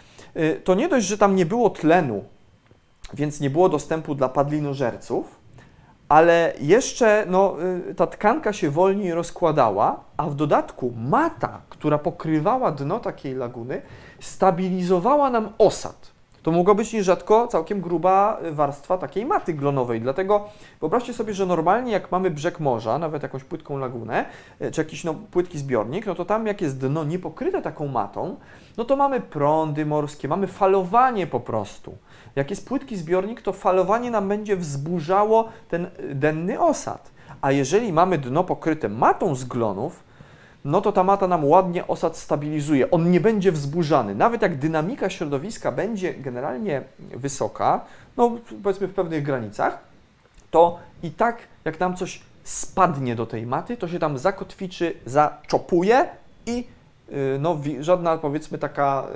to nie dość, że tam nie było tlenu, więc nie było dostępu dla padlinożerców, ale jeszcze ta tkanka się wolniej rozkładała, a w dodatku mata, która pokrywała dno takiej laguny, stabilizowała nam osad. To mogła być nierzadko całkiem gruba warstwa takiej maty glonowej. Dlatego wyobraźcie sobie, że normalnie jak mamy brzeg morza, nawet jakąś płytką lagunę, czy jakiś płytki zbiornik, no to tam jak jest dno niepokryte taką matą, no to mamy prądy morskie, mamy falowanie po prostu. Jak jest płytki zbiornik, to falowanie nam będzie wzburzało ten denny osad. A jeżeli mamy dno pokryte matą z glonów, no to ta mata nam ładnie osad stabilizuje. On nie będzie wzburzany. Nawet jak dynamika środowiska będzie generalnie wysoka, no powiedzmy w pewnych granicach, to i tak jak nam coś spadnie do tej maty, to się tam zakotwiczy, zaczopuje i żadna, powiedzmy, taka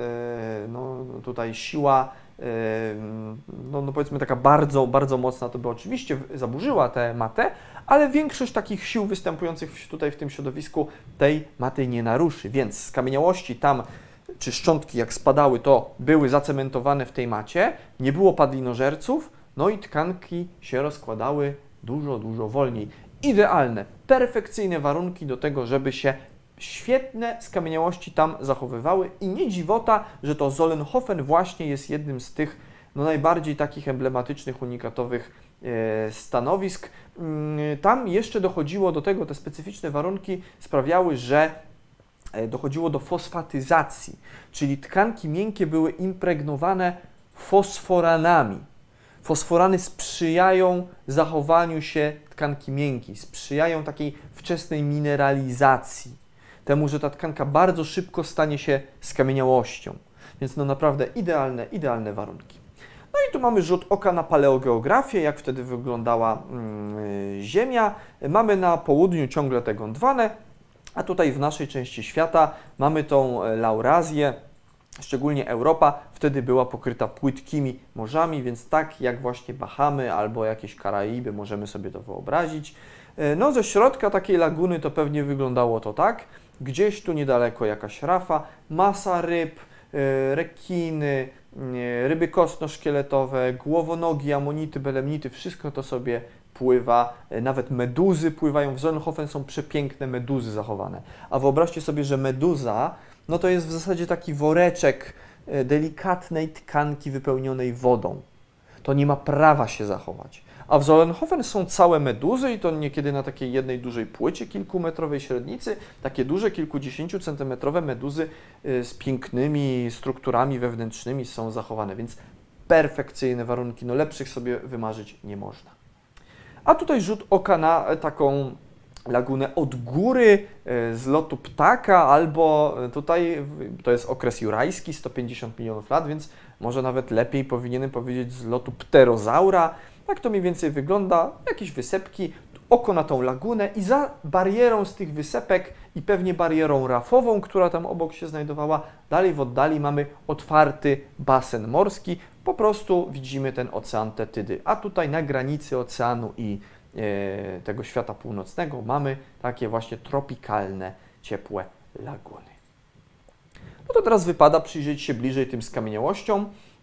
tutaj siła, powiedzmy taka bardzo, bardzo mocna, to by oczywiście zaburzyła tę matę, ale większość takich sił występujących tutaj w tym środowisku tej maty nie naruszy, więc skamieniałości tam, czy szczątki jak spadały, to były zacementowane w tej macie, nie było padlinożerców, no i tkanki się rozkładały dużo, dużo wolniej. Idealne, perfekcyjne warunki do tego, żeby się świetne skamieniałości tam zachowywały i nie dziwota, że to Solnhofen właśnie jest jednym z tych najbardziej takich emblematycznych, unikatowych stanowisk. Tam jeszcze dochodziło do tego, te specyficzne warunki sprawiały, że dochodziło do fosfatyzacji, czyli tkanki miękkie były impregnowane fosforanami. Fosforany sprzyjają zachowaniu się tkanki miękkiej, sprzyjają takiej wczesnej mineralizacji, temu, że ta tkanka bardzo szybko stanie się skamieniałością. Więc naprawdę idealne warunki. No i tu mamy rzut oka na paleogeografię, jak wtedy wyglądała Ziemia. Mamy na południu ciągle te Gondwane, A tutaj w naszej części świata mamy tą Laurazję, szczególnie Europa, wtedy była pokryta płytkimi morzami, więc tak jak właśnie Bahamy albo jakieś Karaiby, możemy sobie to wyobrazić. No ze środka takiej laguny to pewnie wyglądało to tak, gdzieś tu niedaleko jakaś rafa, masa ryb, rekiny, ryby kostno-szkieletowe, głowonogi, amonity, belemnity, wszystko to sobie pływa, nawet meduzy pływają. W Solnhofen są przepiękne meduzy zachowane. A wyobraźcie sobie, że meduza, no to jest w zasadzie taki woreczek delikatnej tkanki wypełnionej wodą. To nie ma prawa się zachować. A w Solnhofen są całe meduzy i to niekiedy na takiej jednej dużej płycie kilkumetrowej średnicy, takie duże, kilkudziesięciocentymetrowe meduzy z pięknymi strukturami wewnętrznymi są zachowane, więc perfekcyjne warunki, no lepszych sobie wymarzyć nie można. A tutaj rzut oka na taką lagunę od góry z lotu ptaka, albo tutaj to jest okres jurajski, 150 milionów lat, więc może nawet lepiej powinienem powiedzieć z lotu pterozaura. Tak to mniej więcej wygląda, jakieś wysepki, oko na tą lagunę i za barierą z tych wysepek i pewnie barierą rafową, która tam obok się znajdowała, dalej w oddali mamy otwarty basen morski, po prostu widzimy ten ocean Tetydy, a tutaj na granicy oceanu i tego świata północnego mamy takie właśnie tropikalne, ciepłe laguny. No to teraz wypada przyjrzeć się bliżej tym skamieniałościom,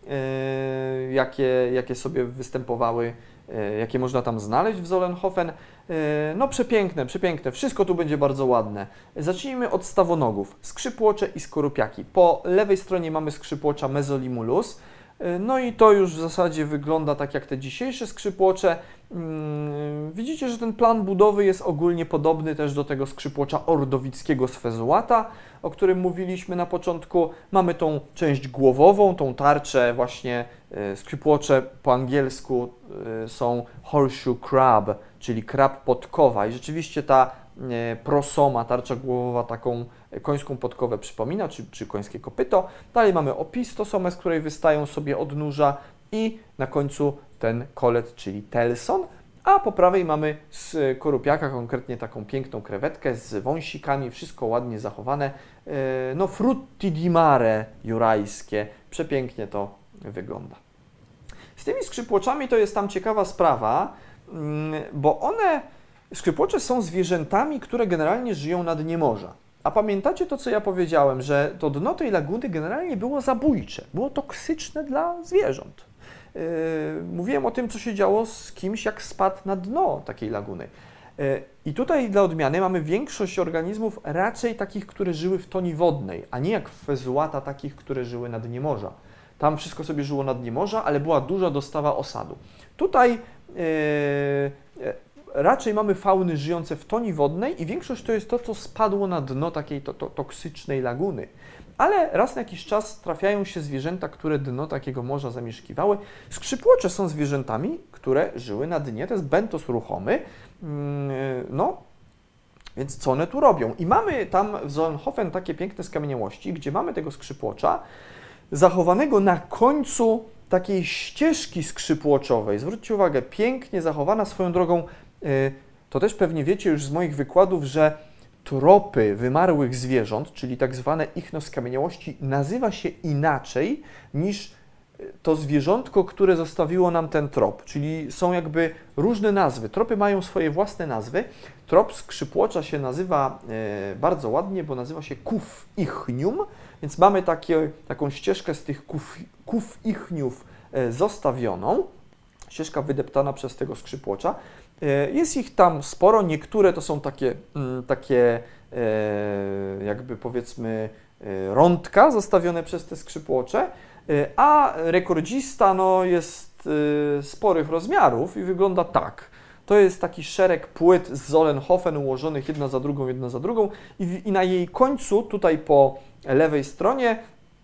jakie sobie występowały, jakie można tam znaleźć w Solnhofen. No przepiękne, przepiękne, wszystko tu będzie bardzo ładne. Zacznijmy od stawonogów, skrzypłocze i skorupiaki. Po lewej stronie mamy skrzypłocza Mesolimulus. No i to już w zasadzie wygląda tak jak te dzisiejsze skrzypłocze. Widzicie, że ten plan budowy jest ogólnie podobny też do tego skrzypłocza ordowickiego z Fezuata, o którym mówiliśmy na początku. Mamy tą część głowową, tą tarczę właśnie, skrzypłocze po angielsku są horseshoe crab, czyli krab podkowa i rzeczywiście ta prosoma, tarcza głowowa taką końską podkowę przypomina, czy końskie kopyto. Dalej mamy opistosomę, z której wystają sobie odnóża i na końcu ten kolet, czyli telson, a po prawej mamy z korupiaka konkretnie taką piękną krewetkę z wąsikami, wszystko ładnie zachowane. No frutti di mare jurajskie, przepięknie to wygląda. Z tymi skrzypłoczami to jest tam ciekawa sprawa, bo skrzypłocze są zwierzętami, które generalnie żyją na dnie morza. A pamiętacie to, co ja powiedziałem, że to dno tej laguny generalnie było zabójcze, było toksyczne dla zwierząt. Mówiłem o tym, co się działo z kimś, jak spadł na dno takiej laguny. I tutaj dla odmiany mamy większość organizmów raczej takich, które żyły w toni wodnej, a nie jak w Fezuata takich, które żyły na dnie morza. Tam wszystko sobie żyło na dnie morza, ale była duża dostawa osadu. Tutaj raczej mamy fauny żyjące w toni wodnej i większość to jest to, co spadło na dno takiej toksycznej laguny. Ale raz na jakiś czas trafiają się zwierzęta, które dno takiego morza zamieszkiwały. Skrzypłocze są zwierzętami, które żyły na dnie, to jest bentos ruchomy. No, więc co one tu robią? I mamy tam w Solnhofen takie piękne skamieniałości, gdzie mamy tego skrzypłocza zachowanego na końcu takiej ścieżki skrzypłoczowej. Zwróćcie uwagę, pięknie zachowana swoją drogą. To też pewnie wiecie już z moich wykładów, że tropy wymarłych zwierząt, czyli tak zwane ichnoskamieniałości, nazywa się inaczej niż to zwierzątko, które zostawiło nam ten trop. Czyli są jakby różne nazwy. Tropy mają swoje własne nazwy. Trop skrzypłocza się nazywa bardzo ładnie, bo nazywa się Kuf-ichnium, więc mamy taką ścieżkę z tych Kuf-ichniów zostawioną. Ścieżka wydeptana przez tego skrzypłocza. Jest ich tam sporo, niektóre to są takie jakby powiedzmy rądka zostawione przez te skrzypłocze, a rekordzista no, jest sporych rozmiarów i wygląda tak. To jest taki szereg płyt z Solnhofen ułożonych jedna za drugą i na jej końcu, tutaj po lewej stronie,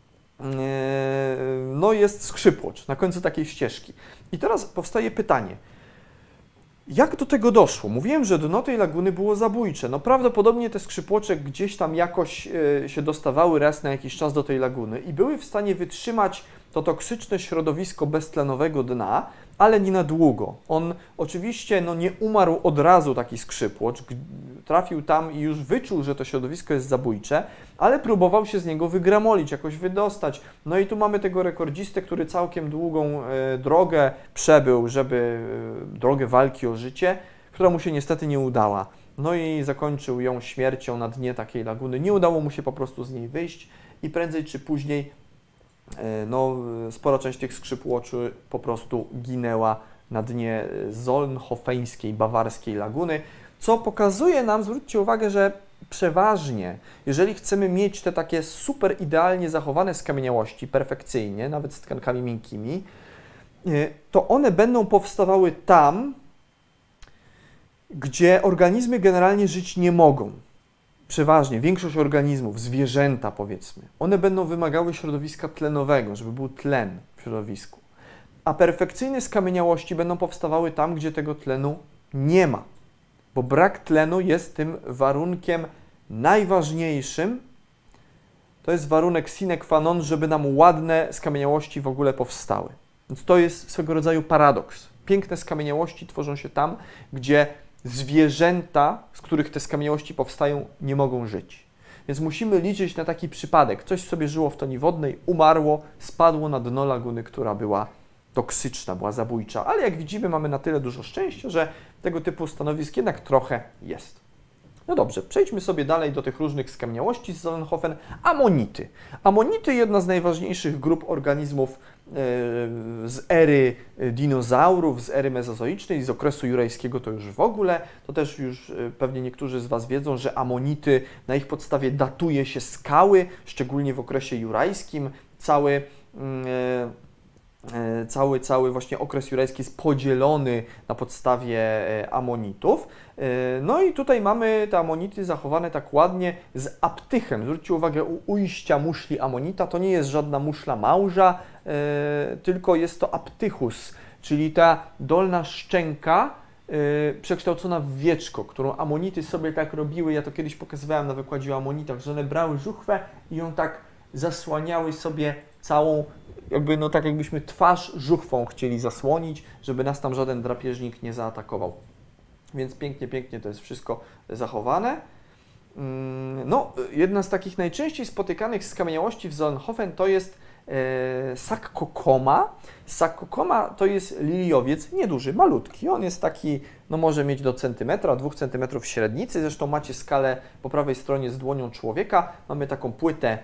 no jest skrzypłocz, na końcu takiej ścieżki. I teraz powstaje pytanie, jak do tego doszło? Mówiłem, że dno tej laguny było zabójcze. No prawdopodobnie te skrzypłocze gdzieś tam jakoś się dostawały raz na jakiś czas do tej laguny i były w stanie wytrzymać to toksyczne środowisko beztlenowego dna, ale nie na długo. On oczywiście nie umarł od razu, taki skrzypłocz, trafił tam i już wyczuł, że to środowisko jest zabójcze, ale próbował się z niego wygramolić, jakoś wydostać. No i tu mamy tego rekordzistę, który całkiem długą drogę przebył, drogę walki o życie, która mu się niestety nie udała. No i zakończył ją śmiercią na dnie takiej laguny. Nie udało mu się po prostu z niej wyjść i prędzej czy później spora część tych skrzypłoczy po prostu ginęła na dnie Solnhofeńskiej, bawarskiej laguny, co pokazuje nam, zwróćcie uwagę, że przeważnie, jeżeli chcemy mieć te takie super idealnie zachowane skamieniałości, perfekcyjnie, nawet z tkankami miękkimi, to one będą powstawały tam, gdzie organizmy generalnie żyć nie mogą. Przeważnie większość organizmów, zwierzęta powiedzmy, one będą wymagały środowiska tlenowego, żeby był tlen w środowisku. A perfekcyjne skamieniałości będą powstawały tam, gdzie tego tlenu nie ma. Bo brak tlenu jest tym warunkiem najważniejszym. To jest warunek sine qua non, żeby nam ładne skamieniałości w ogóle powstały. Więc to jest swego rodzaju paradoks. Piękne skamieniałości tworzą się tam, gdzie zwierzęta, z których te skamieniałości powstają, nie mogą żyć. Więc musimy liczyć na taki przypadek. Coś sobie żyło w toni wodnej, umarło, spadło na dno laguny, która była toksyczna, była zabójcza. Ale jak widzimy, mamy na tyle dużo szczęścia, że tego typu stanowisk jednak trochę jest. No dobrze, przejdźmy sobie dalej do tych różnych skamieniałości z Solnhofen. Amonity. Amonity, jedna z najważniejszych grup organizmów z ery dinozaurów, z ery mezozoicznej, z okresu jurajskiego to już w ogóle. To też już pewnie niektórzy z Was wiedzą, że amonity, na ich podstawie datuje się skały, szczególnie w okresie jurajskim. Cały właśnie okres jurajski jest podzielony na podstawie amonitów. No i tutaj mamy te amonity zachowane tak ładnie z aptychem. Zwróćcie uwagę, u ujścia muszli amonita to nie jest żadna muszla małża, tylko jest to aptychus, czyli ta dolna szczęka przekształcona w wieczko, którą amonity sobie tak robiły. Ja to kiedyś pokazywałem na wykładzie o amonitach, że one brały żuchwę i ją tak zasłaniały sobie całą, tak jakbyśmy twarz żuchwą chcieli zasłonić, żeby nas tam żaden drapieżnik nie zaatakował. Więc pięknie, pięknie to jest wszystko zachowane. Jedna z takich najczęściej spotykanych skamieniałości w Solnhofen to jest Saccocoma. Saccocoma to jest liliowiec nieduży, malutki. On jest taki, może mieć do centymetra, 2 centymetrów średnicy. Zresztą macie skalę po prawej stronie z dłonią człowieka. Mamy taką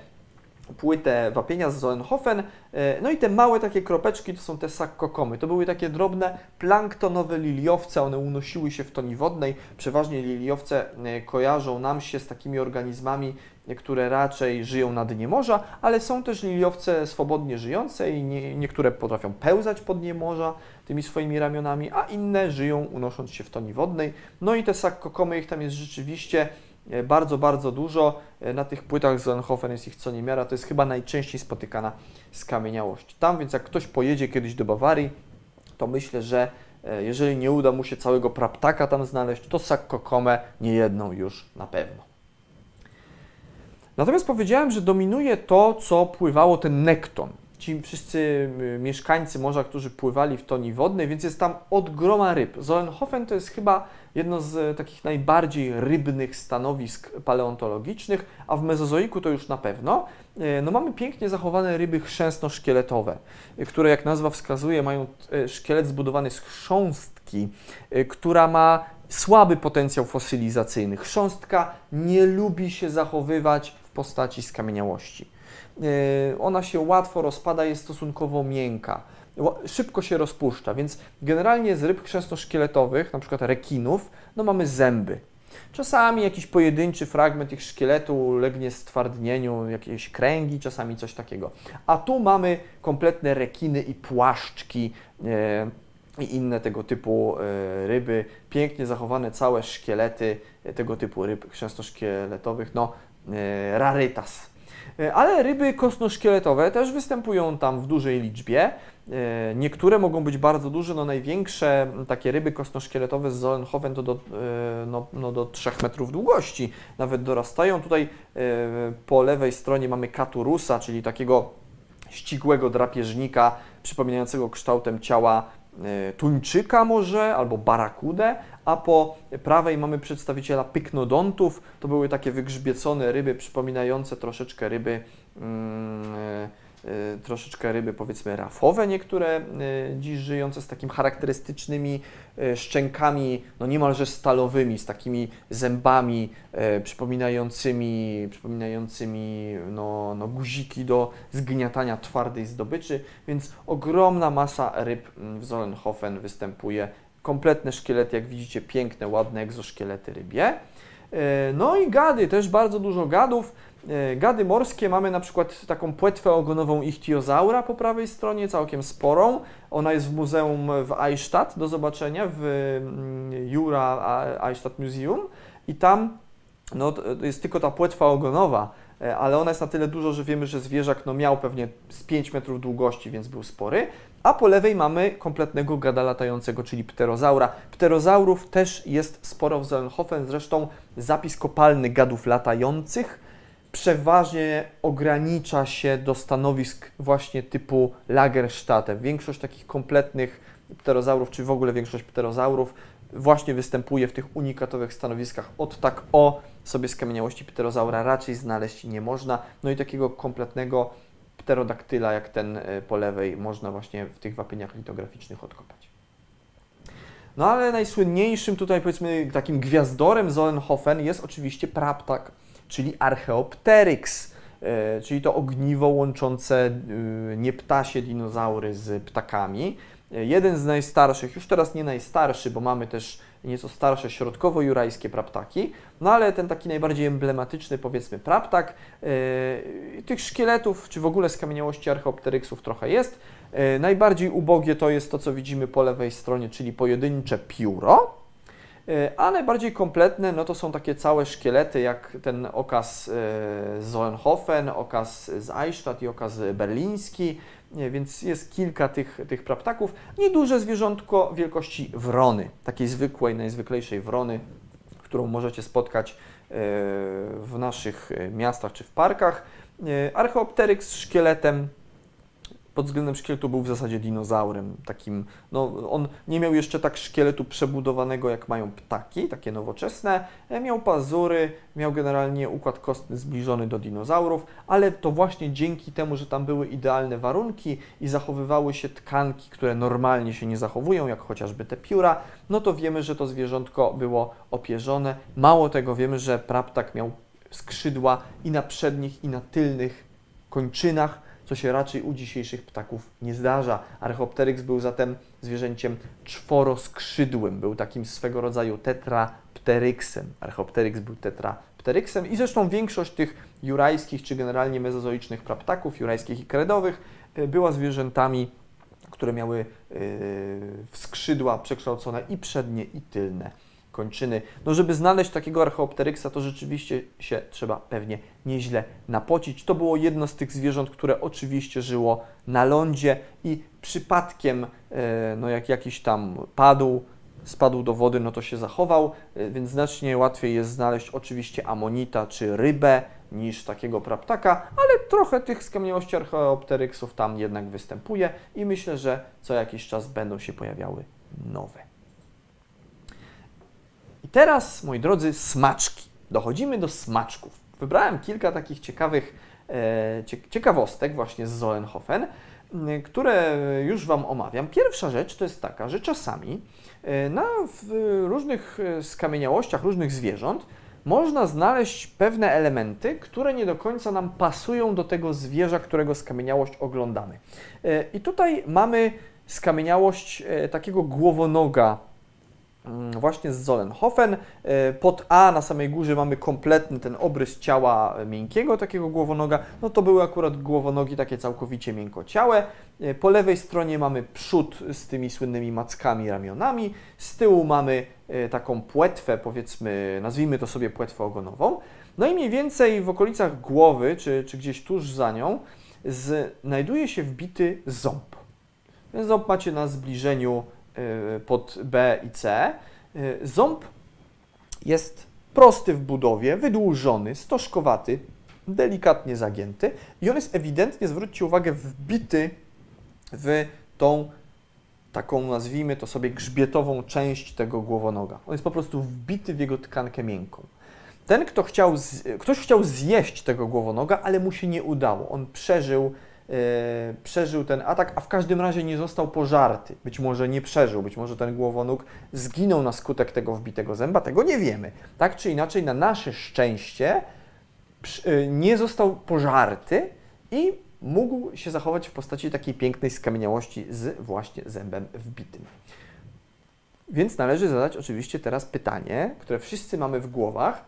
płytę wapienia z Solnhofen. No i te małe takie kropeczki to są te Saccocomy. To były takie drobne planktonowe liliowce, one unosiły się w toni wodnej. Przeważnie liliowce kojarzą nam się z takimi organizmami, które raczej żyją na dnie morza, ale są też liliowce swobodnie żyjące i niektóre potrafią pełzać po dnie morza tymi swoimi ramionami, a inne żyją unosząc się w toni wodnej. No i te Saccocomy, ich tam jest rzeczywiście bardzo, bardzo dużo. Na tych płytach z Solnhofen jest ich co niemiara. To jest chyba najczęściej spotykana skamieniałość tam, więc jak ktoś pojedzie kiedyś do Bawarii, to myślę, że jeżeli nie uda mu się całego praptaka tam znaleźć, to Saccocomę niejedną już na pewno. Natomiast powiedziałem, że dominuje to, co pływało, ten nekton. Ci wszyscy mieszkańcy morza, którzy pływali w toni wodnej, więc jest tam od groma ryb. Solnhofen to jest chyba jedno z takich najbardziej rybnych stanowisk paleontologicznych, a w Mezozoiku to już na pewno. Mamy pięknie zachowane ryby chrzęsno-szkieletowe, które, jak nazwa wskazuje, mają szkielet zbudowany z chrząstki, która ma słaby potencjał fosylizacyjny. Chrząstka nie lubi się zachowywać w postaci skamieniałości. Ona się łatwo rozpada, jest stosunkowo miękka, szybko się rozpuszcza, więc generalnie z ryb chrzęsno-szkieletowych, na przykład rekinów, mamy zęby. Czasami jakiś pojedynczy fragment ich szkieletu ulegnie stwardnieniu, jakieś kręgi, czasami coś takiego. A tu mamy kompletne rekiny i płaszczki i inne tego typu ryby, pięknie zachowane całe szkielety tego typu ryb chrzęsno-szkieletowych, rarytas. Ale ryby kostno-szkieletowe też występują tam w dużej liczbie. Niektóre mogą być bardzo duże, największe takie ryby kostno-szkieletowe z Solnhofen to do 3 metrów długości nawet dorastają. Tutaj po lewej stronie mamy Caturusa, czyli takiego ścisłego drapieżnika przypominającego kształtem ciała tuńczyka może, albo barakudę, a po prawej mamy przedstawiciela pyknodontów. To były takie wygrzbiecone ryby, przypominające troszeczkę ryby powiedzmy rafowe, niektóre dziś żyjące z takimi charakterystycznymi szczękami, no niemalże stalowymi, z takimi zębami przypominającymi no guziki do zgniatania twardej zdobyczy, więc ogromna masa ryb w Solnhofen występuje. Kompletne szkielety, jak widzicie, piękne, ładne egzoszkielety rybie. No i gady, też bardzo dużo gadów. Gady morskie, mamy na przykład taką płetwę ogonową ichtiozaura po prawej stronie, całkiem sporą. Ona jest w muzeum w Eichstätt do zobaczenia, w Jura Eichstätt Museum i tam no, jest tylko ta płetwa ogonowa, ale ona jest na tyle duża, że wiemy, że zwierzak no, miał pewnie z 5 metrów długości, więc był spory. A po lewej mamy kompletnego gada latającego, czyli pterozaura. Pterozaurów też jest sporo w Solnhofen, zresztą zapis kopalny gadów latających przeważnie ogranicza się do stanowisk właśnie typu Lagerstätte. Większość takich kompletnych pterozaurów, czy w ogóle większość pterozaurów właśnie występuje w tych unikatowych stanowiskach. Od tak o sobie skamieniałości pterozaura raczej znaleźć nie można. No i takiego kompletnego pterodaktyla jak ten po lewej można właśnie w tych wapieniach litograficznych odkopać. No ale najsłynniejszym tutaj powiedzmy takim gwiazdorem Solnhofen jest oczywiście praptak, czyli Archaeopteryx, czyli to ogniwo łączące nieptasie dinozaury z ptakami. Jeden z najstarszych, już teraz nie najstarszy, bo mamy też nieco starsze środkowo-jurajskie praptaki, no ale ten taki najbardziej emblematyczny, powiedzmy, praptak. Tych szkieletów, czy w ogóle skamieniałości Archaeopteryxów trochę jest. Najbardziej ubogie to jest to, co widzimy po lewej stronie, czyli pojedyncze pióro. A najbardziej kompletne no to są takie całe szkielety, jak ten okaz z Solnhofen, okaz z Eichstätt i okaz berliński, więc jest kilka tych praptaków. Nieduże zwierzątko wielkości wrony, takiej zwykłej, najzwyklejszej wrony, którą możecie spotkać w naszych miastach czy w parkach. Archaeopteryx z szkieletem. Pod względem szkieletu był w zasadzie dinozaurem, takim, no on nie miał jeszcze tak szkieletu przebudowanego jak mają ptaki, takie nowoczesne, miał pazury, miał generalnie układ kostny zbliżony do dinozaurów, ale to właśnie dzięki temu, że tam były idealne warunki i zachowywały się tkanki, które normalnie się nie zachowują, jak chociażby te pióra, no to wiemy, że to zwierzątko było opierzone. Mało tego, wiemy, że praptak miał skrzydła i na przednich, i na tylnych kończynach, co się raczej u dzisiejszych ptaków nie zdarza. Archaeopteryx był zatem zwierzęciem czworoskrzydłym, był takim swego rodzaju tetrapteryksem. Archaeopteryx był tetrapteryksem i zresztą większość tych jurajskich czy generalnie mezozoicznych praptaków, jurajskich i kredowych, była zwierzętami, które miały skrzydła przekształcone i przednie, i tylne kończyny. No żeby znaleźć takiego Archaeopteryxa, to rzeczywiście się trzeba pewnie nieźle napocić. To było jedno z tych zwierząt, które oczywiście żyło na lądzie i przypadkiem, no jak jakiś tam spadł do wody, no to się zachował, więc znacznie łatwiej jest znaleźć oczywiście amonita czy rybę niż takiego praptaka, ale trochę tych skamieniałości Archaeopteryxów tam jednak występuje i myślę, że co jakiś czas będą się pojawiały nowe. I teraz, moi drodzy, smaczki. Dochodzimy do smaczków. Wybrałem kilka takich ciekawostek właśnie z Solnhofen, które już Wam omawiam. Pierwsza rzecz to jest taka, że czasami w różnych skamieniałościach różnych zwierząt można znaleźć pewne elementy, które nie do końca nam pasują do tego zwierza, którego skamieniałość oglądamy. I tutaj mamy skamieniałość takiego głowonoga właśnie z Solnhofen. Pod A na samej górze mamy kompletny ten obrys ciała miękkiego, takiego głowonoga. No to były akurat głowonogi takie całkowicie miękkociałe. Po lewej stronie mamy przód z tymi słynnymi mackami, ramionami. Z tyłu mamy taką płetwę, powiedzmy, nazwijmy to sobie płetwę ogonową. No i mniej więcej w okolicach głowy, czy gdzieś tuż za nią, znajduje się wbity ząb. Ten ząb macie na zbliżeniu pod B i C. Ząb jest prosty w budowie, wydłużony, stożkowaty, delikatnie zagięty i on jest ewidentnie, zwróćcie uwagę, wbity w tą taką, nazwijmy to sobie, grzbietową część tego głowonoga. On jest po prostu wbity w jego tkankę miękką. Ktoś chciał zjeść tego głowonoga, ale mu się nie udało. On przeżył ten atak, a w każdym razie nie został pożarty. Być może nie przeżył, być może ten głowonóg zginął na skutek tego wbitego zęba, tego nie wiemy. Tak czy inaczej, na nasze szczęście nie został pożarty i mógł się zachować w postaci takiej pięknej skamieniałości z właśnie zębem wbitym. Więc należy zadać oczywiście teraz pytanie, które wszyscy mamy w głowach.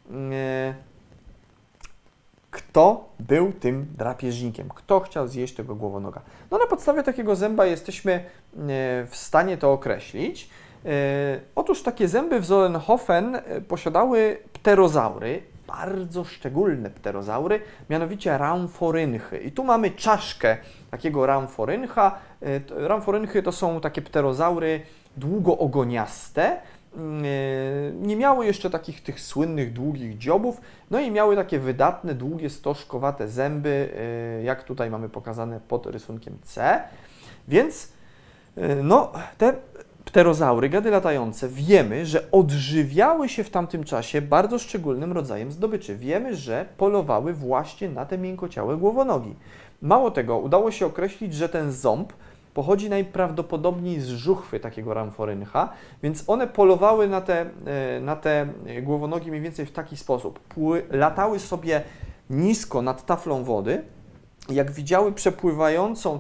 Kto był tym drapieżnikiem? Kto chciał zjeść tego głowonoga? No na podstawie takiego zęba jesteśmy w stanie to określić. Otóż takie zęby w Solnhofen posiadały pterozaury, bardzo szczególne pterozaury, mianowicie ramforynchy. I tu mamy czaszkę takiego ramforyncha. Ramforynchy to są takie pterozaury długoogoniaste. Nie miały jeszcze takich tych słynnych, długich dziobów, no i miały takie wydatne, długie, stożkowate zęby, jak tutaj mamy pokazane pod rysunkiem C. Więc no, te pterozaury, gady latające, wiemy, że odżywiały się w tamtym czasie bardzo szczególnym rodzajem zdobyczy. Wiemy, że polowały właśnie na te miękociałe głowonogi. Mało tego, udało się określić, że ten ząb pochodzi najprawdopodobniej z żuchwy takiego ramforyncha, więc one polowały na te głowonogi mniej więcej w taki sposób. Latały sobie nisko nad taflą wody, jak widziały przepływającą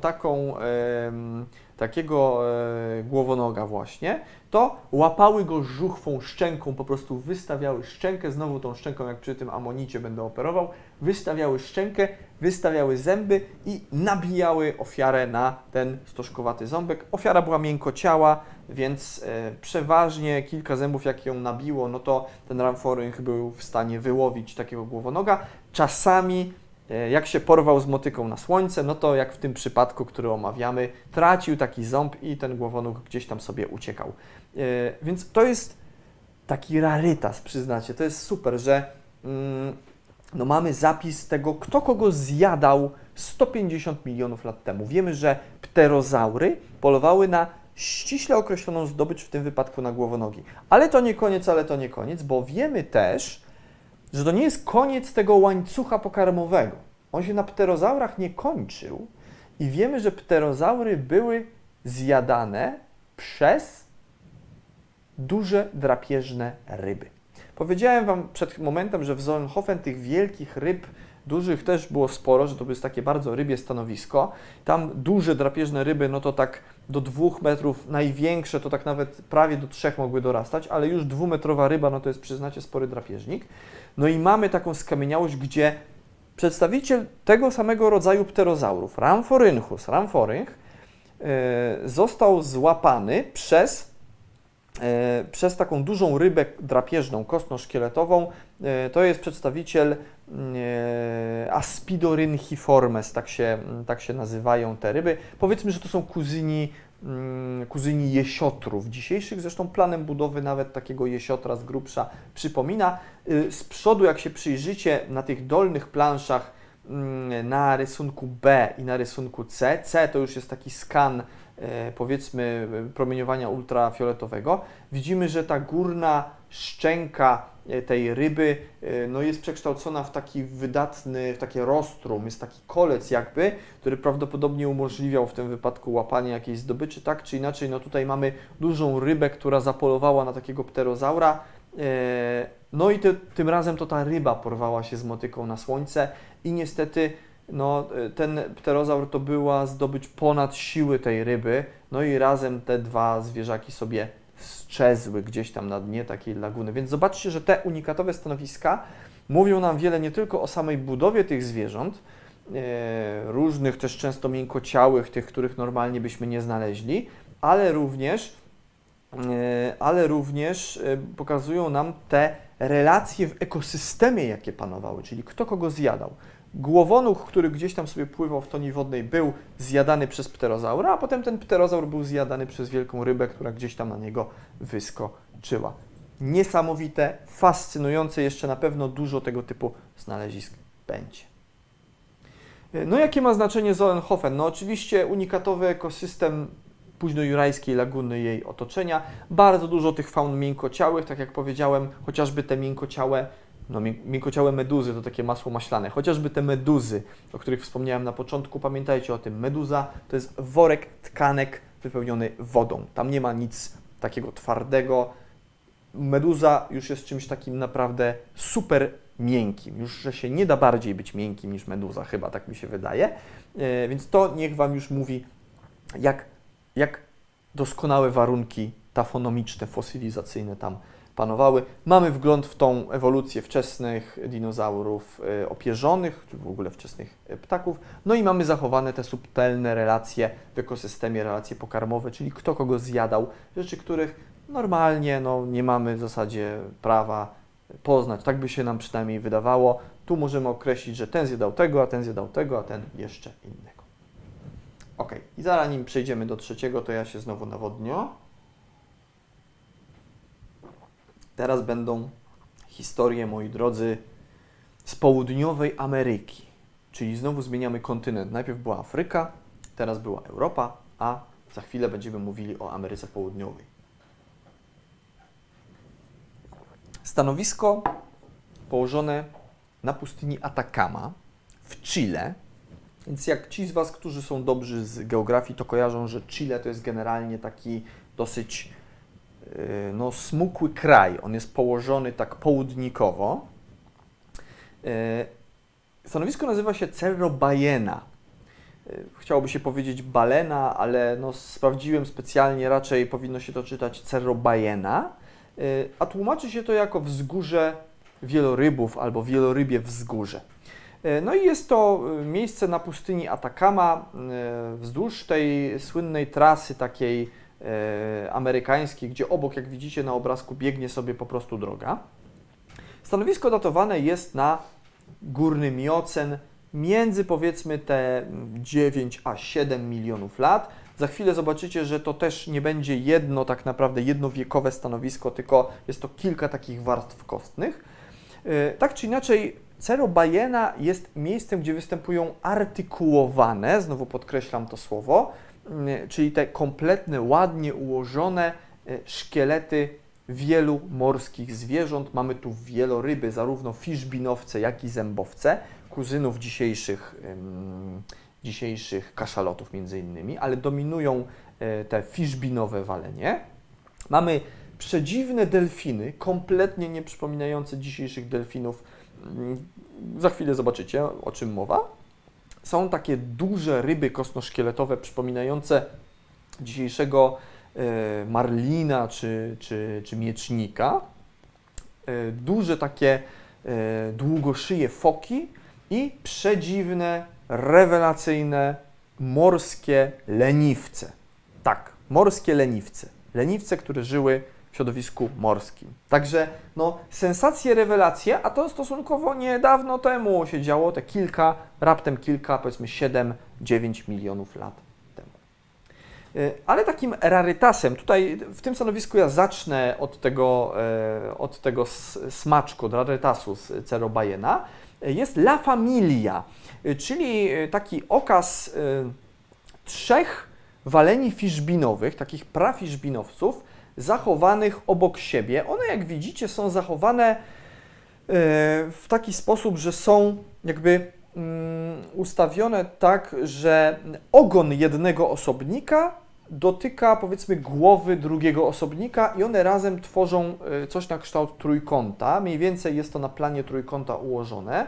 takiego głowonoga właśnie, to łapały go żuchwą, szczęką, po prostu wystawiały szczękę, znowu tą szczęką, jak przy tym amonicie będę operował, wystawiały szczękę, wystawiały zęby i nabijały ofiarę na ten stożkowaty ząbek. Ofiara była miękociała, więc przeważnie kilka zębów, jak ją nabiło, no to ten ramforynch był w stanie wyłowić takiego głowonoga. Czasami jak się porwał z motyką na słońce, no to jak w tym przypadku, który omawiamy, tracił taki ząb i ten głowonóg gdzieś tam sobie uciekał. Więc to jest taki rarytas, przyznacie. To jest super, że no mamy zapis tego, kto kogo zjadał 150 milionów lat temu. Wiemy, że pterozaury polowały na ściśle określoną zdobycz, w tym wypadku na głowonogi. Ale to nie koniec, bo wiemy też, że to nie jest koniec tego łańcucha pokarmowego. On się na pterozaurach nie kończył i wiemy, że pterozaury były zjadane przez duże drapieżne ryby. Powiedziałem Wam przed momentem, że w Solnhofen tych wielkich ryb dużych też było sporo, że to jest takie bardzo rybie stanowisko. Tam duże drapieżne ryby, no to tak do 2 metrów, największe to tak nawet prawie do 3 mogły dorastać, ale już 2-metrowa ryba, no to jest, przyznacie, spory drapieżnik. No i mamy taką skamieniałość, gdzie przedstawiciel tego samego rodzaju pterozaurów, Rhamphorhynchus rhamphorhynch, został złapany przez taką dużą rybę drapieżną, kostno-szkieletową. To jest przedstawiciel Aspidorhynchiformes, tak się nazywają te ryby. Powiedzmy, że to są kuzyni jesiotrów dzisiejszych. Zresztą planem budowy nawet takiego jesiotra z grubsza przypomina. Z przodu, jak się przyjrzycie na tych dolnych planszach na rysunku B i na rysunku C, C to już jest taki skan, powiedzmy, promieniowania ultrafioletowego, widzimy, że ta górna szczęka tej ryby no jest przekształcona w taki wydatny, w takie rostrum, jest taki kolec jakby, który prawdopodobnie umożliwiał w tym wypadku łapanie jakiejś zdobyczy, tak czy inaczej, no tutaj mamy dużą rybę, która zapolowała na takiego pterozaura, no i tym razem to ta ryba porwała się z motyką na słońce i niestety no, ten pterozaur to była zdobycz ponad siły tej ryby, no i razem te dwa zwierzaki sobie sczezły gdzieś tam na dnie takiej laguny. Więc zobaczcie, że te unikatowe stanowiska mówią nam wiele nie tylko o samej budowie tych zwierząt, różnych też często miękociałych, tych, których normalnie byśmy nie znaleźli, ale również pokazują nam te relacje w ekosystemie, jakie panowały, czyli kto kogo zjadał. Głowonóg, który gdzieś tam sobie pływał w toni wodnej, był zjadany przez pterozaura, a potem ten pterozaur był zjadany przez wielką rybę, która gdzieś tam na niego wyskoczyła. Niesamowite, fascynujące, jeszcze na pewno dużo tego typu znalezisk będzie. No jakie ma znaczenie Solnhofen? No oczywiście unikatowy ekosystem późnojurajskiej laguny i jej otoczenia. Bardzo dużo tych faun miękkociałych, tak jak powiedziałem, chociażby te miękkociałe, no miękkociałe meduzy to takie masło maślane, chociażby te meduzy, o których wspomniałem na początku, pamiętajcie o tym, meduza to jest worek tkanek wypełniony wodą, tam nie ma nic takiego twardego. Meduza już jest czymś takim naprawdę super miękkim, już że się nie da bardziej być miękkim niż meduza, chyba tak mi się wydaje, więc to niech Wam już mówi, jak doskonałe warunki tafonomiczne, fosylizacyjne tam panowały. Mamy wgląd w tą ewolucję wczesnych dinozaurów opierzonych, czy w ogóle wczesnych ptaków, no i mamy zachowane te subtelne relacje w ekosystemie, relacje pokarmowe, czyli kto kogo zjadał, rzeczy, których normalnie nie mamy w zasadzie prawa poznać, tak by się nam przynajmniej wydawało. Tu możemy określić, że ten zjadał tego, a ten zjadał tego, a ten jeszcze innego. Ok, i zanim przejdziemy do trzeciego, to ja się znowu nawodnię. Teraz będą historie, moi drodzy, z południowej Ameryki, czyli znowu zmieniamy kontynent. Najpierw była Afryka, teraz była Europa, a za chwilę będziemy mówili o Ameryce Południowej. Stanowisko położone na pustyni Atacama w Chile, więc jak ci z Was, którzy są dobrzy z geografii, to kojarzą, że Chile to jest generalnie taki dosyć smukły kraj. On jest położony tak południkowo. Stanowisko nazywa się Cerro Ballena. Chciałoby się powiedzieć balena, ale sprawdziłem specjalnie, raczej powinno się to czytać Cerro Ballena, a tłumaczy się to jako wzgórze wielorybów albo wielorybie wzgórze. No i jest to miejsce na pustyni Atacama, wzdłuż tej słynnej trasy takiej amerykańskiej, gdzie obok, jak widzicie na obrazku, biegnie sobie po prostu droga. Stanowisko datowane jest na górny miocen, między powiedzmy te 9 a 7 milionów lat. Za chwilę zobaczycie, że to też nie będzie jedno tak naprawdę jednowiekowe stanowisko, tylko jest to kilka takich warstw kostnych. Tak czy inaczej, Cerro Ballena jest miejscem, gdzie występują artykułowane, znowu podkreślam to słowo, czyli te kompletne, ładnie ułożone szkielety wielu morskich zwierząt. Mamy tu wieloryby, zarówno fiszbinowce, jak i zębowce, kuzynów dzisiejszych kaszalotów między innymi, ale dominują te fiszbinowe walenie. Mamy przedziwne delfiny, kompletnie nie przypominające dzisiejszych delfinów. Za chwilę zobaczycie, o czym mowa. Są takie duże ryby kostnoszkieletowe, przypominające dzisiejszego marlina czy miecznika. Duże takie długoszyje foki i przedziwne, rewelacyjne morskie leniwce. Tak, morskie leniwce. Leniwce, które żyły w środowisku morskim. Także sensacje, rewelacje, a to stosunkowo niedawno temu się działo, te raptem kilka, powiedzmy 7-9 milionów lat temu. Ale takim rarytasem, tutaj w tym stanowisku ja zacznę od tego smaczku, od rarytasu z Cerro Ballena, jest La Familia, czyli taki okaz 3 waleni fiszbinowych, takich prafiszbinowców, zachowanych obok siebie. One, jak widzicie, są zachowane w taki sposób, że są jakby ustawione tak, że ogon jednego osobnika dotyka, powiedzmy, głowy drugiego osobnika i one razem tworzą coś na kształt trójkąta. Mniej więcej jest to na planie trójkąta ułożone.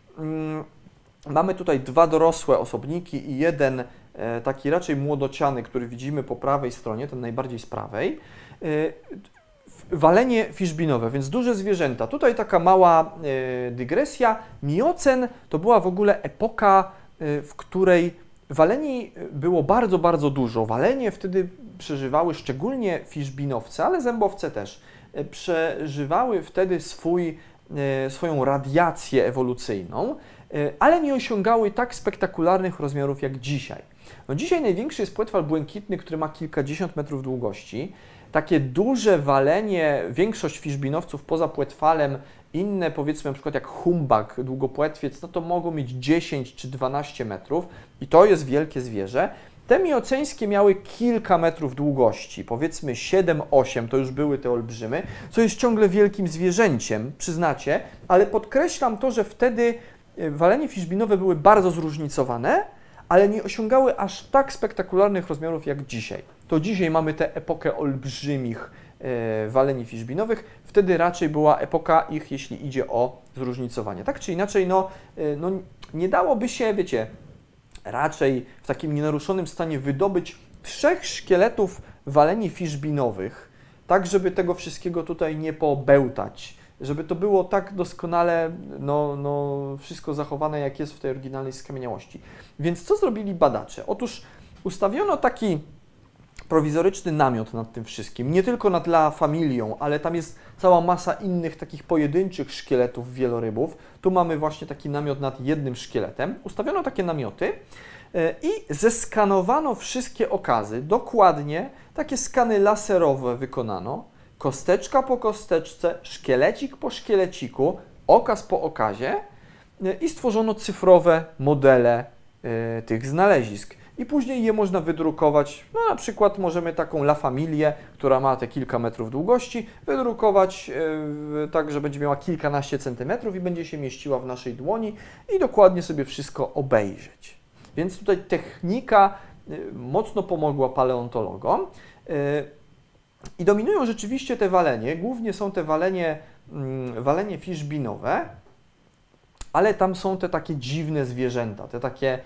Mamy tutaj 2 dorosłe osobniki i jeden taki raczej młodociany, który widzimy po prawej stronie, ten najbardziej z prawej. Walenie fiszbinowe, więc duże zwierzęta. Tutaj taka mała dygresja. Miocen to była w ogóle epoka, w której waleni było bardzo, bardzo dużo. Walenie wtedy przeżywały, szczególnie fiszbinowce, ale zębowce też, przeżywały wtedy swoją radiację ewolucyjną, ale nie osiągały tak spektakularnych rozmiarów jak dzisiaj. Dzisiaj największy jest płetwal błękitny, który ma kilkadziesiąt metrów długości. Takie duże walenie, większość fiszbinowców poza płetwalem, inne powiedzmy na przykład jak humbug, długopłetwiec, to mogą mieć 10 czy 12 metrów i to jest wielkie zwierzę. Te mioceńskie miały kilka metrów długości, powiedzmy 7-8 to już były te olbrzymy, co jest ciągle wielkim zwierzęciem, przyznacie, ale podkreślam to, że wtedy walenie fiszbinowe były bardzo zróżnicowane, ale nie osiągały aż tak spektakularnych rozmiarów jak dzisiaj. To dzisiaj mamy tę epokę olbrzymich waleni fiszbinowych, wtedy raczej była epoka ich, jeśli idzie o zróżnicowanie. Tak czy inaczej, no nie dałoby się, wiecie, raczej w takim nienaruszonym stanie wydobyć 3 szkieletów waleni fiszbinowych, tak żeby tego wszystkiego tutaj nie pobełtać, żeby to było tak doskonale wszystko zachowane, jak jest w tej oryginalnej skamieniałości. Więc co zrobili badacze? Otóż ustawiono taki prowizoryczny namiot nad tym wszystkim, nie tylko nad La Familią, ale tam jest cała masa innych takich pojedynczych szkieletów wielorybów. Tu mamy właśnie taki namiot nad jednym szkieletem. Ustawiono takie namioty i zeskanowano wszystkie okazy. Dokładnie takie skany laserowe wykonano. Kosteczka po kosteczce, szkielecik po szkieleciku, okaz po okazie i stworzono cyfrowe modele tych znalezisk. I później je można wydrukować, no na przykład możemy taką La Familię, która ma te kilka metrów długości, wydrukować tak, że będzie miała kilkanaście centymetrów i będzie się mieściła w naszej dłoni i dokładnie sobie wszystko obejrzeć. Więc tutaj technika mocno pomogła paleontologom i dominują rzeczywiście te walenie, głównie są te walenie fiszbinowe, ale tam są te takie dziwne zwierzęta, te takie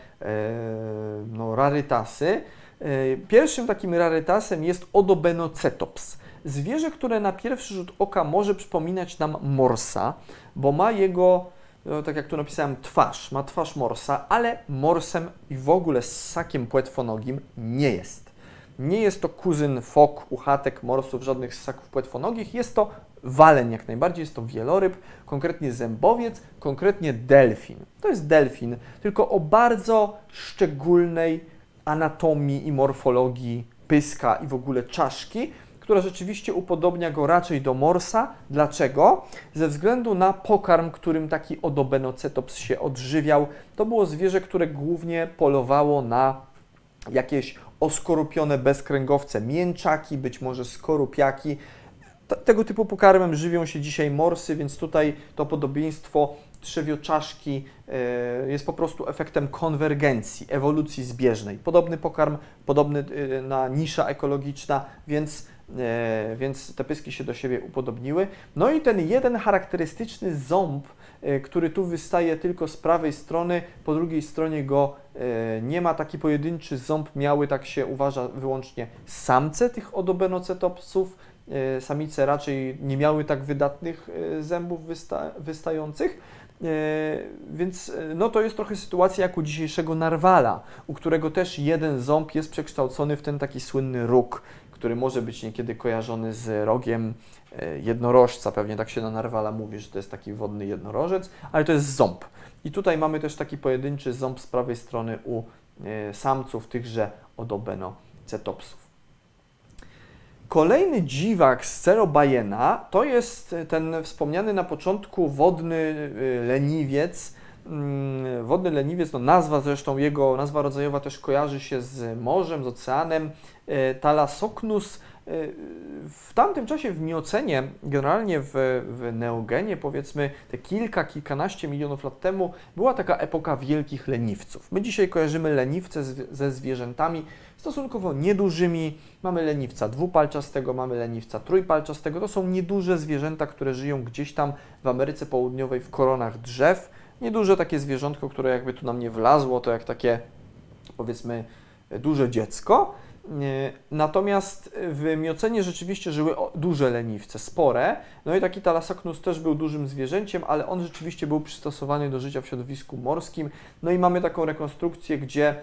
rarytasy. Pierwszym takim rarytasem jest Odobenocetops. Zwierzę, które na pierwszy rzut oka może przypominać nam morsa, bo ma jego, tak jak tu napisałem, twarz. Ma twarz morsa, ale morsem i w ogóle ssakiem płetwonogim nie jest. Nie jest to kuzyn fok, uchatek, morsów, żadnych ssaków płetwonogich. Jest to waleń jak najbardziej, jest to wieloryb, konkretnie zębowiec, konkretnie delfin. To jest delfin, tylko o bardzo szczególnej anatomii i morfologii pyska i w ogóle czaszki, która rzeczywiście upodobnia go raczej do morsa. Dlaczego? Ze względu na pokarm, którym taki Odobenocetops się odżywiał. To było zwierzę, które głównie polowało na jakieś oskorupione bezkręgowce, mięczaki, być może skorupiaki. Tego typu pokarmem żywią się dzisiaj morsy, więc tutaj to podobieństwo trzewioczaszki jest po prostu efektem konwergencji, ewolucji zbieżnej. Podobny pokarm, podobna nisza ekologiczna, więc te pyski się do siebie upodobniły. No i ten jeden charakterystyczny ząb, który tu wystaje tylko z prawej strony, po drugiej stronie go nie ma. Taki pojedynczy ząb miały, tak się uważa, wyłącznie samce tych Odobenocetopsów. Samice raczej nie miały tak wydatnych zębów wystających, więc no to jest trochę sytuacja jak u dzisiejszego narwala, u którego też jeden ząb jest przekształcony w ten taki słynny róg, który może być niekiedy kojarzony z rogiem jednorożca, pewnie tak się na narwala mówi, że to jest taki wodny jednorożec, ale to jest ząb. I tutaj mamy też taki pojedynczy ząb z prawej strony u samców tychże Odobenocetopsów. Kolejny dziwak z Cerobajena to jest ten wspomniany na początku wodny leniwiec. Wodny leniwiec, no nazwa zresztą jego, nazwa rodzajowa też kojarzy się z morzem, z oceanem. Thalassocnus. W tamtym czasie w Miocenie, generalnie w Neogenie, powiedzmy te kilkanaście milionów lat temu, była taka epoka wielkich leniwców. My dzisiaj kojarzymy leniwce ze zwierzętami stosunkowo niedużymi. Mamy leniwca dwupalczastego, mamy leniwca trójpalczastego. To są nieduże zwierzęta, które żyją gdzieś tam w Ameryce Południowej w koronach drzew. Nieduże takie zwierzątko, które jakby tu nam nie wlazło, to jak takie, powiedzmy, duże dziecko. Natomiast w Miocenie rzeczywiście żyły duże leniwce, spore. No i taki Thalassocnus też był dużym zwierzęciem, ale on rzeczywiście był przystosowany do życia w środowisku morskim. No i mamy taką rekonstrukcję,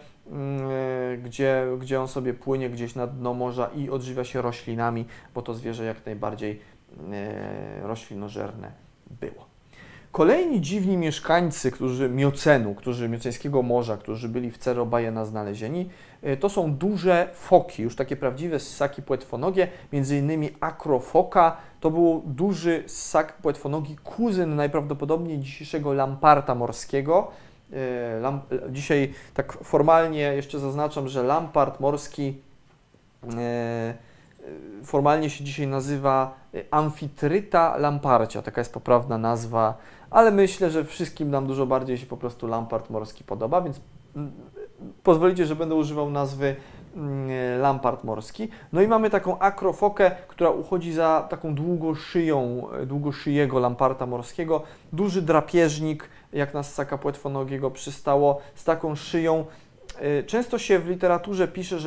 gdzie on sobie płynie gdzieś na dno morza i odżywia się roślinami, bo to zwierzę jak najbardziej roślinożerne było. Kolejni dziwni mieszkańcy, Mioceńskiego Morza, którzy byli w Cerobajena znalezieni, to są duże foki, już takie prawdziwe ssaki płetwonogie, między innymi Acrofoca. To był duży ssak płetwonogi, kuzyn najprawdopodobniej dzisiejszego lamparta morskiego. Dzisiaj tak formalnie jeszcze zaznaczam, że lampart morski formalnie się dzisiaj nazywa Amfitryta lamparcia, taka jest poprawna nazwa, ale myślę, że wszystkim nam dużo bardziej się po prostu lampart morski podoba, więc pozwolicie, że będę używał nazwy lampart morski. No i mamy taką akrofokę, która uchodzi za taką długoszyjego lamparta morskiego. Duży drapieżnik, jak na ssaka płetwonogiego przystało, z taką szyją. Często się w literaturze pisze,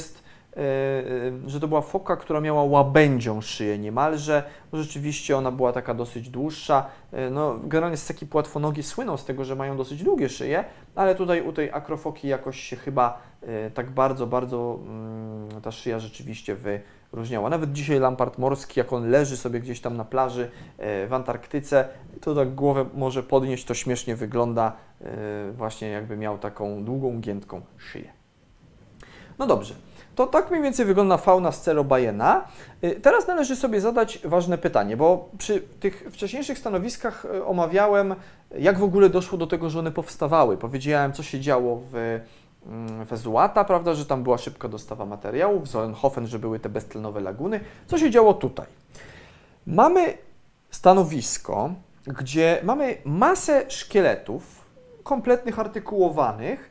że to była foka, która miała łabędzią szyję niemalże. No rzeczywiście ona była taka dosyć dłuższa. No, generalnie ssaki płetwonogie słyną z tego, że mają dosyć długie szyje, ale tutaj u tej akrofoki jakoś się chyba tak bardzo ta szyja rzeczywiście wyróżniała. Nawet dzisiaj lampart morski, jak on leży sobie gdzieś tam na plaży w Antarktyce, to tak głowę może podnieść, to śmiesznie wygląda, właśnie jakby miał taką długą, giętką szyję. No dobrze. To tak mniej więcej wygląda fauna Scerobaiena. Teraz należy sobie zadać ważne pytanie, bo przy tych wcześniejszych stanowiskach omawiałem, jak w ogóle doszło do tego, że one powstawały. Powiedziałem, co się działo w Złota, prawda, że tam była szybka dostawa materiałów, w Solnhofen, że były te beztlenowe laguny. Co się działo tutaj? Mamy stanowisko, gdzie mamy masę szkieletów, kompletnych, artykułowanych,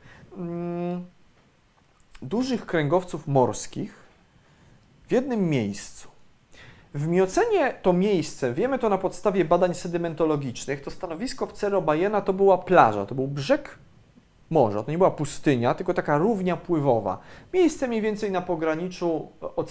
dużych kręgowców morskich w jednym miejscu. W Miocenie to miejsce, wiemy to na podstawie badań sedymentologicznych, to stanowisko w Cerobaiena to była plaża, to był brzeg morza, to nie była pustynia, tylko taka równia pływowa. Miejsce mniej więcej na pograniczu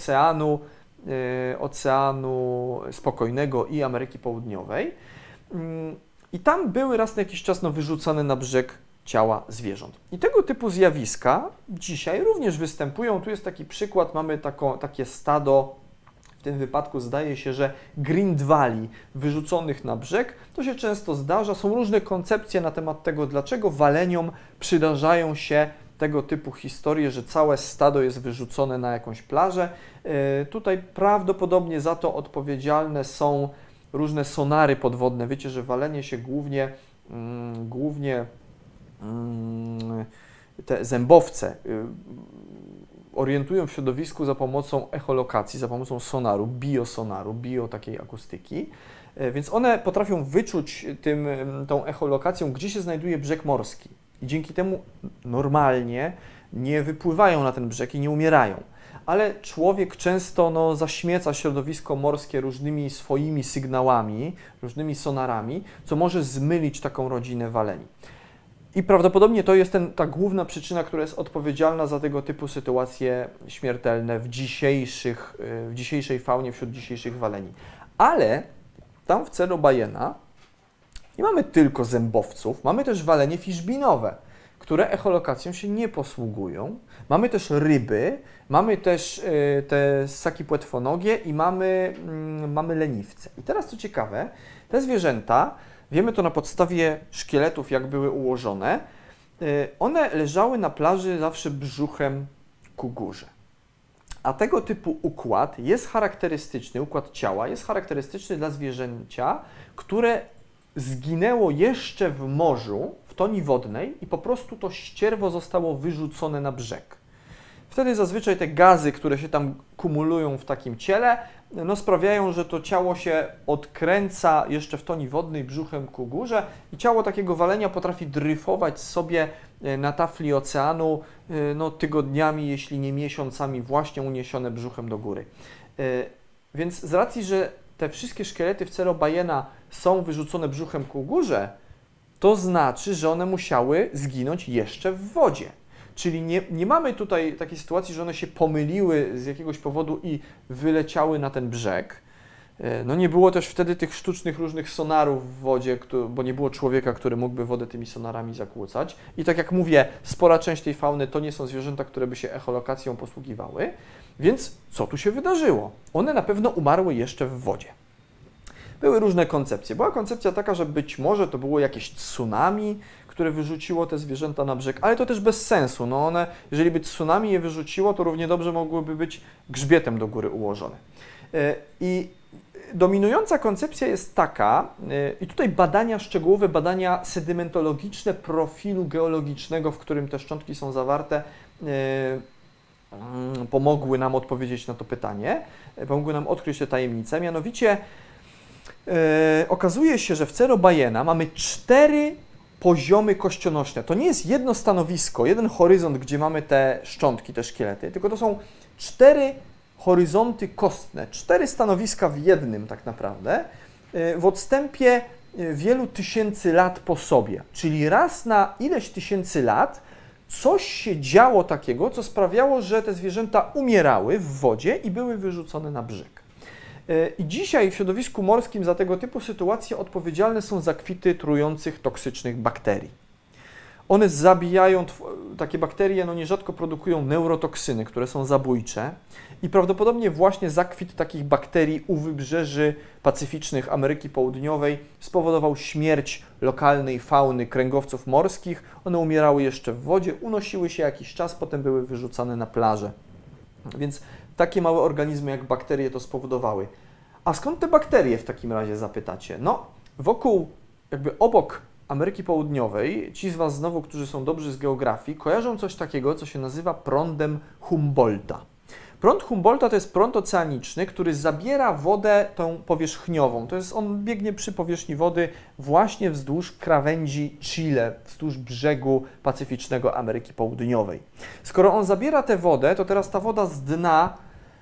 Oceanu Spokojnego i Ameryki Południowej. I tam były raz na jakiś czas wyrzucane na brzeg ciała zwierząt. I tego typu zjawiska dzisiaj również występują. Tu jest taki przykład, mamy takie stado, w tym wypadku zdaje się, że grindwali wyrzuconych na brzeg. To się często zdarza. Są różne koncepcje na temat tego, dlaczego waleniom przydarzają się tego typu historie, że całe stado jest wyrzucone na jakąś plażę. Tutaj prawdopodobnie za to odpowiedzialne są różne sonary podwodne. Wiecie, że walenie się głównie te zębowce orientują w środowisku za pomocą echolokacji, za pomocą sonaru, takiej akustyki, więc one potrafią wyczuć tą echolokacją, gdzie się znajduje brzeg morski i dzięki temu normalnie nie wypływają na ten brzeg i nie umierają. Ale człowiek często zaśmieca środowisko morskie różnymi swoimi sygnałami, różnymi sonarami, co może zmylić taką rodzinę waleni. I prawdopodobnie to jest ta główna przyczyna, która jest odpowiedzialna za tego typu sytuacje śmiertelne w dzisiejszej faunie, wśród dzisiejszych waleni. Ale tam w Cerobaiena nie mamy tylko zębowców, mamy też walenie fiszbinowe, które echolokacją się nie posługują. Mamy też ryby, mamy też te ssaki płetwonogie i mamy leniwce. I teraz co ciekawe, te zwierzęta, wiemy to na podstawie szkieletów, jak były ułożone, one leżały na plaży zawsze brzuchem ku górze. A tego typu układ jest charakterystyczny, układ ciała jest charakterystyczny dla zwierzęcia, które zginęło jeszcze w morzu, w toni wodnej i po prostu to ścierwo zostało wyrzucone na brzeg. Wtedy zazwyczaj te gazy, które się tam kumulują w takim ciele, sprawiają, że to ciało się odkręca jeszcze w toni wodnej brzuchem ku górze i ciało takiego walenia potrafi dryfować sobie na tafli oceanu tygodniami, jeśli nie miesiącami, właśnie uniesione brzuchem do góry. Więc z racji, że te wszystkie szkielety w Cerobaiena są wyrzucone brzuchem ku górze, to znaczy, że one musiały zginąć jeszcze w wodzie. Czyli nie mamy tutaj takiej sytuacji, że one się pomyliły z jakiegoś powodu i wyleciały na ten brzeg. Nie było też wtedy tych sztucznych różnych sonarów w wodzie, bo nie było człowieka, który mógłby wodę tymi sonarami zakłócać. I tak jak mówię, spora część tej fauny to nie są zwierzęta, które by się echolokacją posługiwały. Więc co tu się wydarzyło? One na pewno umarły jeszcze w wodzie. Były różne koncepcje. Była koncepcja taka, że być może to było jakieś tsunami, które wyrzuciło te zwierzęta na brzeg, ale to też bez sensu. Jeżeli by tsunami je wyrzuciło, to równie dobrze mogłyby być grzbietem do góry ułożone. I dominująca koncepcja jest taka, i tutaj badania szczegółowe, badania sedymentologiczne profilu geologicznego, w którym te szczątki są zawarte, pomogły nam odpowiedzieć na to pytanie, pomogły nam odkryć te tajemnice. Mianowicie okazuje się, że w Cerro Ballena mamy 4 poziomy kościonośne. To nie jest jedno stanowisko, jeden horyzont, gdzie mamy te szczątki, te szkielety, tylko to są 4 horyzonty kostne, 4 stanowiska w jednym tak naprawdę, w odstępie wielu tysięcy lat po sobie. Czyli raz na ileś tysięcy lat coś się działo takiego, co sprawiało, że te zwierzęta umierały w wodzie i były wyrzucone na brzeg. I dzisiaj w środowisku morskim za tego typu sytuacje odpowiedzialne są zakwity trujących, toksycznych bakterii. One zabijają, takie bakterie nierzadko produkują neurotoksyny, które są zabójcze i prawdopodobnie właśnie zakwit takich bakterii u wybrzeży pacyficznych Ameryki Południowej spowodował śmierć lokalnej fauny kręgowców morskich. One umierały jeszcze w wodzie, unosiły się jakiś czas, potem były wyrzucane na plażę. Więc takie małe organizmy jak bakterie to spowodowały. A skąd te bakterie w takim razie, zapytacie? No, obok Ameryki Południowej, ci z Was znowu, którzy są dobrzy z geografii, kojarzą coś takiego, co się nazywa prądem Humboldta. Prąd Humboldta to jest prąd oceaniczny, który zabiera wodę tą powierzchniową. On biegnie przy powierzchni wody właśnie wzdłuż krawędzi Chile, wzdłuż brzegu pacyficznego Ameryki Południowej. Skoro on zabiera tę wodę, to teraz ta woda z dna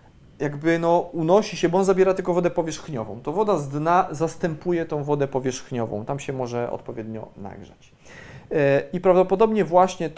unosi się, bo on zabiera tylko wodę powierzchniową. To woda z dna zastępuje tą wodę powierzchniową. Tam się może odpowiednio nagrzać. I prawdopodobnie właśnie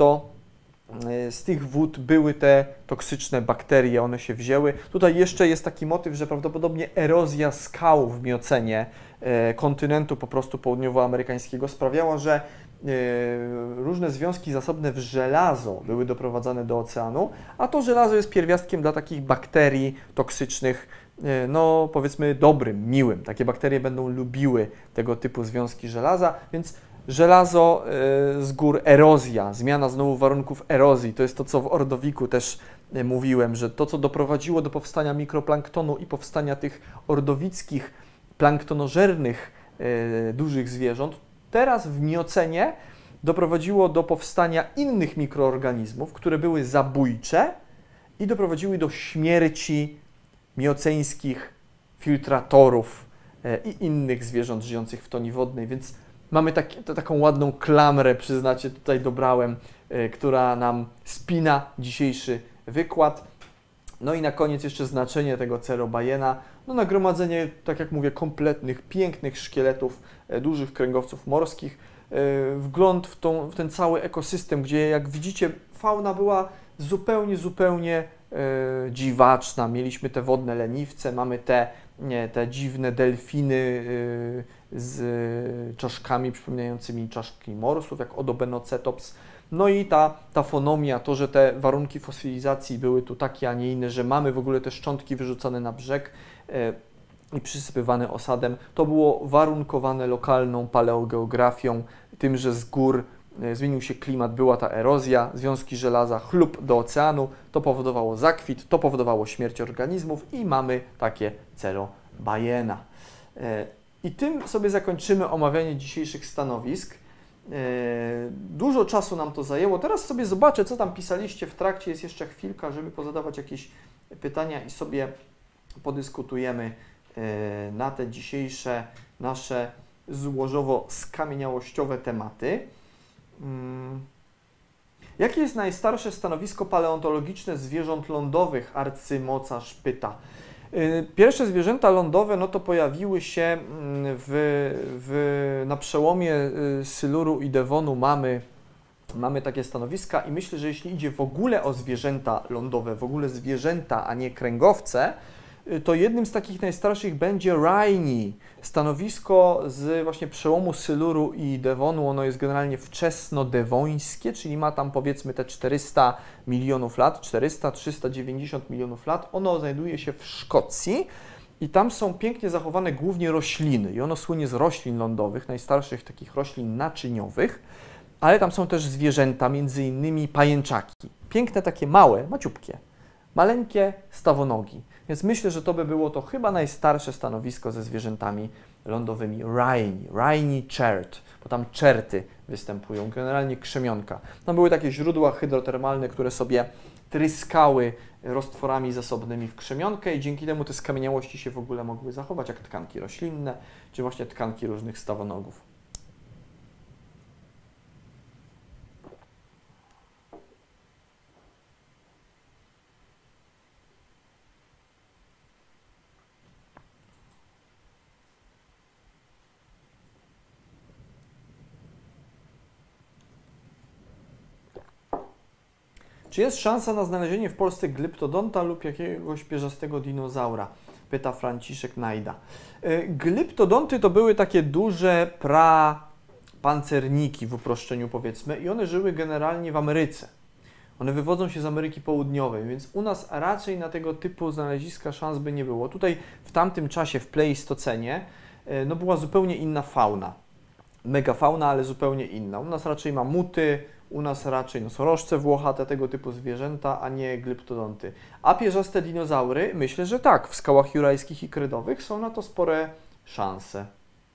z tych wód były te toksyczne bakterie, one się wzięły. Tutaj jeszcze jest taki motyw, że prawdopodobnie erozja skał w Miocenie kontynentu po prostu południowoamerykańskiego sprawiała, że różne związki zasobne w żelazo były doprowadzane do oceanu, a to żelazo jest pierwiastkiem dla takich bakterii toksycznych, powiedzmy dobrym, miłym. Takie bakterie będą lubiły tego typu związki żelaza, więc żelazo z gór, erozja, zmiana znowu warunków erozji, to jest to, co w Ordowiku też mówiłem, że to, co doprowadziło do powstania mikroplanktonu i powstania tych ordowickich planktonożernych dużych zwierząt, teraz w Miocenie doprowadziło do powstania innych mikroorganizmów, które były zabójcze i doprowadziły do śmierci mioceńskich filtratorów i innych zwierząt żyjących w toni wodnej, więc mamy taką ładną klamrę, przyznacie, tutaj dobrałem, która nam spina dzisiejszy wykład. No i na koniec jeszcze znaczenie tego Cerro Ballena. Nagromadzenie, tak jak mówię, kompletnych, pięknych szkieletów dużych kręgowców morskich. Wgląd w ten cały ekosystem, gdzie jak widzicie fauna była zupełnie dziwaczna. Mieliśmy te wodne leniwce, mamy te dziwne delfiny z czaszkami przypominającymi czaszki morsów, jak Odobenocetops. No i ta tafonomia, to, że te warunki fosylizacji były tu takie, a nie inne, że mamy w ogóle te szczątki wyrzucane na brzeg i przysypywane osadem, to było warunkowane lokalną paleogeografią, tym, że z gór zmienił się klimat, była ta erozja, związki żelaza, chlub do oceanu, to powodowało zakwit, to powodowało śmierć organizmów i mamy takie Cerro Ballena. I tym sobie zakończymy omawianie dzisiejszych stanowisk. Dużo czasu nam to zajęło. Teraz sobie zobaczę, co tam pisaliście w trakcie. Jest jeszcze chwilka, żeby pozadawać jakieś pytania i sobie podyskutujemy na te dzisiejsze nasze złożowo-skamieniałościowe tematy. Jakie jest najstarsze stanowisko paleontologiczne zwierząt lądowych? Arcymocarz pyta. Pierwsze zwierzęta lądowe to pojawiły się na przełomie Siluru i Devonu. Mamy takie stanowiska i myślę, że jeśli idzie w ogóle o zwierzęta lądowe, w ogóle zwierzęta, a nie kręgowce, to jednym z takich najstarszych będzie Rhynie. Stanowisko z właśnie przełomu Siluru i Devonu, ono jest generalnie wczesnodewońskie, czyli ma tam powiedzmy te 400 milionów lat, 390 milionów lat. Ono znajduje się w Szkocji i tam są pięknie zachowane głównie rośliny i ono słynie z roślin lądowych, najstarszych takich roślin naczyniowych, ale tam są też zwierzęta, między innymi pajęczaki. Piękne, takie małe, maciupkie. Maleńkie stawonogi. Więc myślę, że to by było to chyba najstarsze stanowisko ze zwierzętami lądowymi. Rhyni chert, bo tam czerty występują, generalnie krzemionka. Tam były takie źródła hydrotermalne, które sobie tryskały roztworami zasobnymi w krzemionkę i dzięki temu te skamieniałości się w ogóle mogły zachować, jak tkanki roślinne, czy właśnie tkanki różnych stawonogów. Czy jest szansa na znalezienie w Polsce glyptodonta lub jakiegoś pierzastego dinozaura? Pyta Franciszek Najda. Glyptodonty to były takie duże prapancerniki w uproszczeniu powiedzmy i one żyły generalnie w Ameryce. One wywodzą się z Ameryki Południowej, więc u nas raczej na tego typu znaleziska szans by nie było. Tutaj w tamtym czasie, w Pleistocenie, no była zupełnie inna fauna. Megafauna, ale zupełnie inna. U nas raczej mamuty, u nas raczej nosorożce włochate, tego typu zwierzęta, a nie glyptodonty. A pierzaste dinozaury, myślę, że tak, w skałach jurajskich i kredowych są na to spore szanse.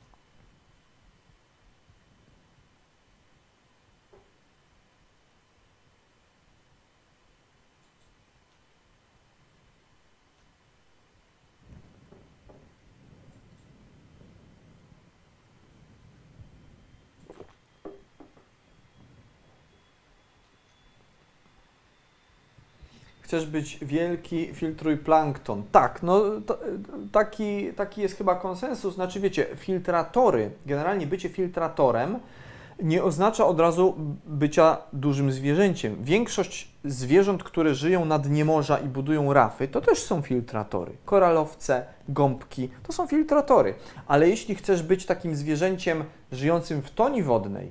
Chcesz być wielki, filtruj plankton. Tak, no taki jest chyba konsensus. Znaczy wiecie, filtratory, generalnie bycie filtratorem nie oznacza od razu bycia dużym zwierzęciem. Większość zwierząt, które żyją na dnie morza i budują rafy, to też są filtratory. Koralowce, gąbki, to są filtratory. Ale jeśli chcesz być takim zwierzęciem żyjącym w toni wodnej,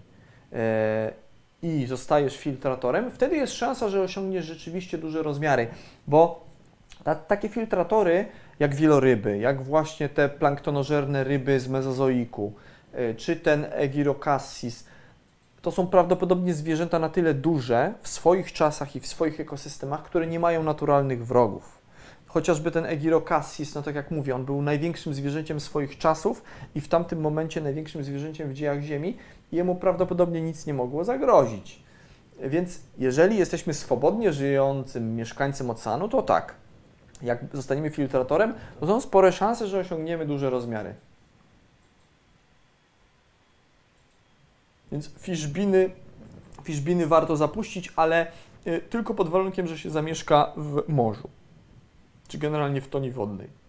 i zostajesz filtratorem, wtedy jest szansa, że osiągniesz rzeczywiście duże rozmiary, bo takie filtratory jak wieloryby, jak właśnie te planktonożerne ryby z mezozoiku, czy ten Egirocassis, to są prawdopodobnie zwierzęta na tyle duże w swoich czasach i w swoich ekosystemach, które nie mają naturalnych wrogów. Chociażby ten Egirocassis, no tak jak mówię, on był największym zwierzęciem swoich czasów i w tamtym momencie największym zwierzęciem w dziejach Ziemi i jemu prawdopodobnie nic nie mogło zagrozić. Więc jeżeli jesteśmy swobodnie żyjącym mieszkańcem oceanu, to tak. Jak zostaniemy filtratorem, to są spore szanse, że osiągniemy duże rozmiary. Więc fiszbiny warto zapuścić, ale tylko pod warunkiem, że się zamieszka w morzu, czy generalnie w toni wodnej.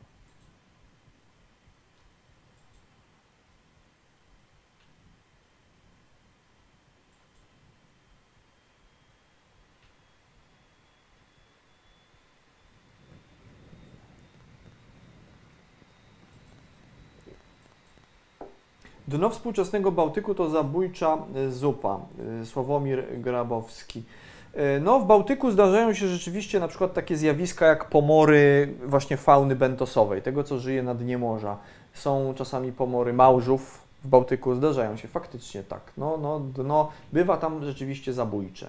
Dno współczesnego Bałtyku to zabójcza zupa. Sławomir Grabowski. No, w Bałtyku zdarzają się rzeczywiście na przykład takie zjawiska jak pomory właśnie fauny bentosowej, tego co żyje na dnie morza. Są czasami pomory małżów w Bałtyku, zdarzają się faktycznie tak. Dno bywa tam rzeczywiście zabójcze.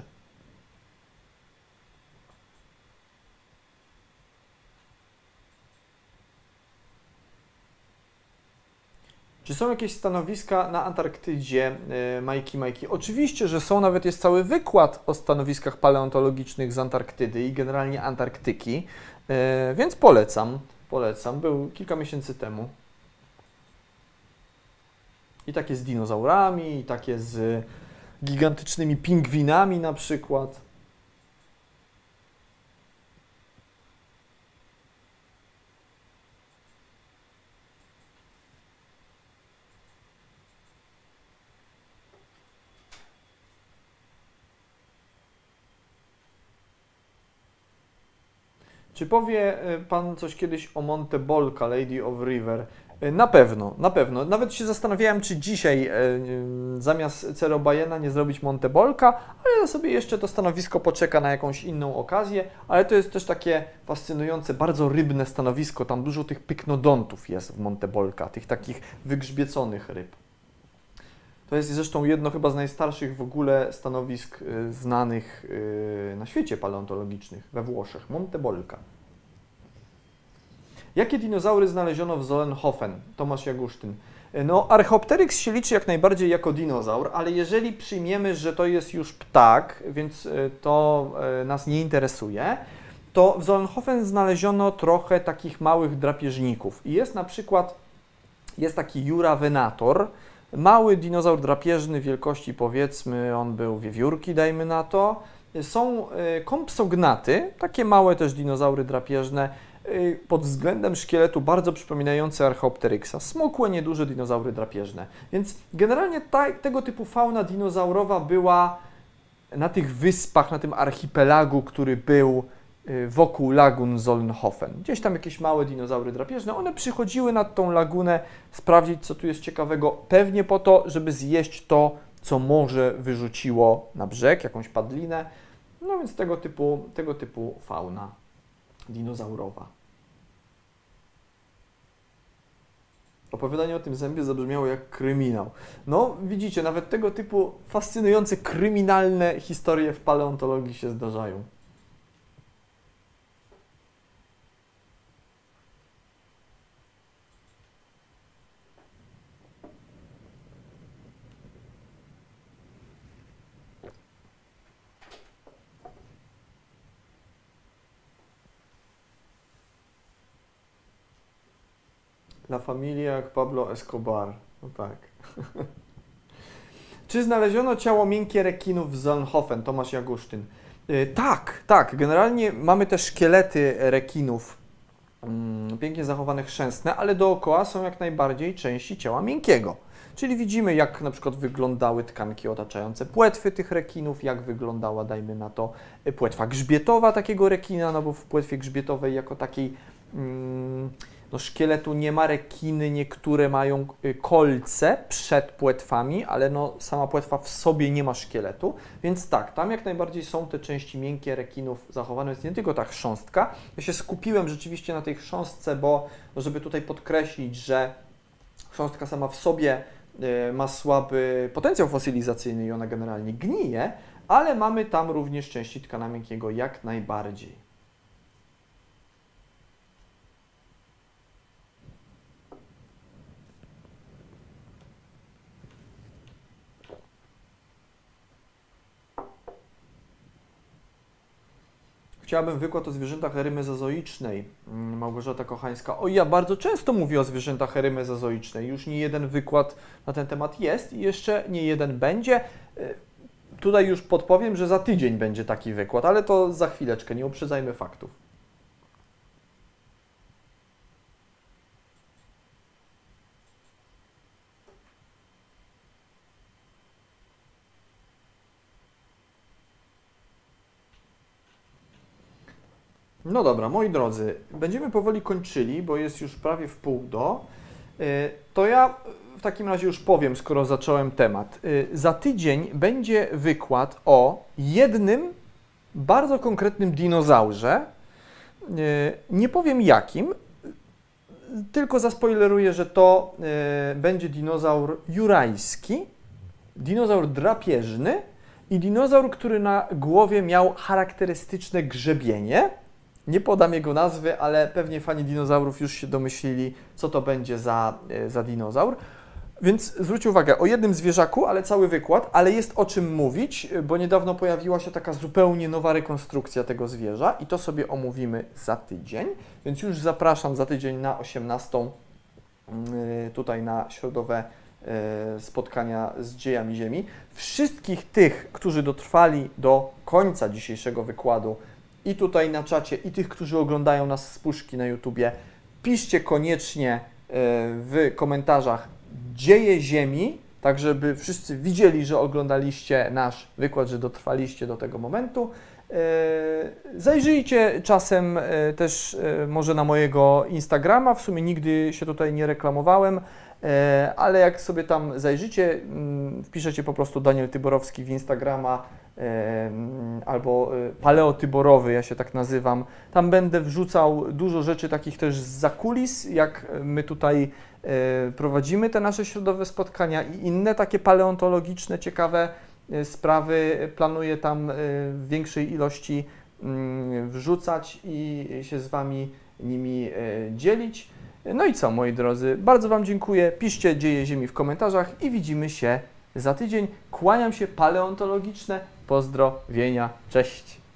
Czy są jakieś stanowiska na Antarktydzie, Majki? Oczywiście, że są, nawet jest cały wykład o stanowiskach paleontologicznych z Antarktydy i generalnie Antarktyki, więc polecam, był kilka miesięcy temu. I takie z dinozaurami, i takie z gigantycznymi pingwinami na przykład. Czy powie Pan coś kiedyś o Monte Bolca, Lady of River? Na pewno. Nawet się zastanawiałem, czy dzisiaj zamiast Cerobajena nie zrobić Monte Bolca, ale ja sobie jeszcze to stanowisko poczeka na jakąś inną okazję, ale to jest też takie fascynujące, bardzo rybne stanowisko. Tam dużo tych pyknodontów jest w Monte Bolca, tych takich wygrzbieconych ryb. To jest zresztą jedno chyba z najstarszych w ogóle stanowisk znanych na świecie paleontologicznych we Włoszech, Monte Bolca. Jakie dinozaury znaleziono w Solnhofen? Tomasz Jagusztyn. No, Archaeopteryx się liczy jak najbardziej jako dinozaur, ale jeżeli przyjmiemy, że to jest już ptak, więc to nas nie interesuje, to w Solnhofen znaleziono trochę takich małych drapieżników. I jest na przykład, jest taki Juravenator, mały dinozaur drapieżny wielkości, powiedzmy, on był wiewiórki, dajmy na to. Są Compsognaty, takie małe też dinozaury drapieżne, pod względem szkieletu bardzo przypominające Archaeopteryxa. Smukłe, nieduże dinozaury drapieżne. Więc generalnie tego typu fauna dinozaurowa była na tych wyspach, na tym archipelagu, który był wokół lagun Solnhofen. Gdzieś tam jakieś małe dinozaury drapieżne, one przychodziły nad tą lagunę sprawdzić, co tu jest ciekawego, pewnie po to, żeby zjeść to, co morze wyrzuciło na brzeg, jakąś padlinę. No więc tego typu fauna dinozaurowa. Opowiadanie o tym zębie zabrzmiało jak kryminał. No, widzicie, nawet tego typu fascynujące, kryminalne historie w paleontologii się zdarzają. La Familia jak Pablo Escobar. No tak. Czy znaleziono ciało miękkie rekinów w Solnhofen? Tomasz Jagusztyn. Tak. Generalnie mamy też szkielety rekinów, pięknie zachowane chrzęstne, ale dookoła są jak najbardziej części ciała miękkiego. Czyli widzimy, jak na przykład wyglądały tkanki otaczające płetwy tych rekinów, jak wyglądała, dajmy na to, płetwa grzbietowa takiego rekina, no bo w płetwie grzbietowej jako takiej no, szkieletu nie ma. Rekiny niektóre mają kolce przed płetwami, ale no, sama płetwa w sobie nie ma szkieletu, więc tak, tam jak najbardziej są te części miękkie rekinów zachowane, jest nie tylko ta chrząstka. Ja się skupiłem rzeczywiście na tej chrząstce, bo żeby tutaj podkreślić, że chrząstka sama w sobie ma słaby potencjał fosylizacyjny i ona generalnie gnije, ale mamy tam również części tkana miękkiego jak najbardziej. Chciałabym wykład o zwierzętach ery mezozoicznej. Małgorzata Kochańska. O, ja bardzo często mówię o zwierzętach ery mezozoicznej. Już nie jeden wykład na ten temat jest i jeszcze nie jeden będzie. Tutaj już podpowiem, że za tydzień będzie taki wykład, ale to za chwileczkę, nie uprzedzajmy faktów. No dobra, moi drodzy, będziemy powoli kończyli, bo jest już prawie w pół do. To ja w takim razie już powiem, skoro zacząłem temat. Za tydzień będzie wykład o jednym bardzo konkretnym dinozaurze. Nie powiem jakim, tylko zaspoileruję, że to będzie dinozaur jurajski, dinozaur drapieżny i dinozaur, który na głowie miał charakterystyczne grzebienie. Nie podam jego nazwy, ale pewnie fani dinozaurów już się domyślili, co to będzie za dinozaur. Więc zwróćcie uwagę, o jednym zwierzaku, ale cały wykład, ale jest o czym mówić, bo niedawno pojawiła się taka zupełnie nowa rekonstrukcja tego zwierza i to sobie omówimy za tydzień. Więc już zapraszam za tydzień na 18:00 tutaj na środowe spotkania z dziejami Ziemi. Wszystkich tych, którzy dotrwali do końca dzisiejszego wykładu, i tutaj na czacie, i tych, którzy oglądają nas z puszki na YouTubie, piszcie koniecznie w komentarzach dzieje Ziemi, tak żeby wszyscy widzieli, że oglądaliście nasz wykład, że dotrwaliście do tego momentu. Zajrzyjcie czasem też może na mojego Instagrama, w sumie nigdy się tutaj nie reklamowałem, ale jak sobie tam zajrzycie, wpiszecie po prostu Daniel Tyborowski w Instagrama, albo paleotyborowy, ja się tak nazywam. Tam będę wrzucał dużo rzeczy takich też zza kulis, jak my tutaj prowadzimy te nasze środowe spotkania i inne takie paleontologiczne, ciekawe sprawy planuję tam w większej ilości wrzucać i się z Wami nimi dzielić. No i co, moi drodzy, bardzo Wam dziękuję. Piszcie Dzieje Ziemi w komentarzach i widzimy się za tydzień. Kłaniam się, paleontologiczne pozdrowienia. Cześć!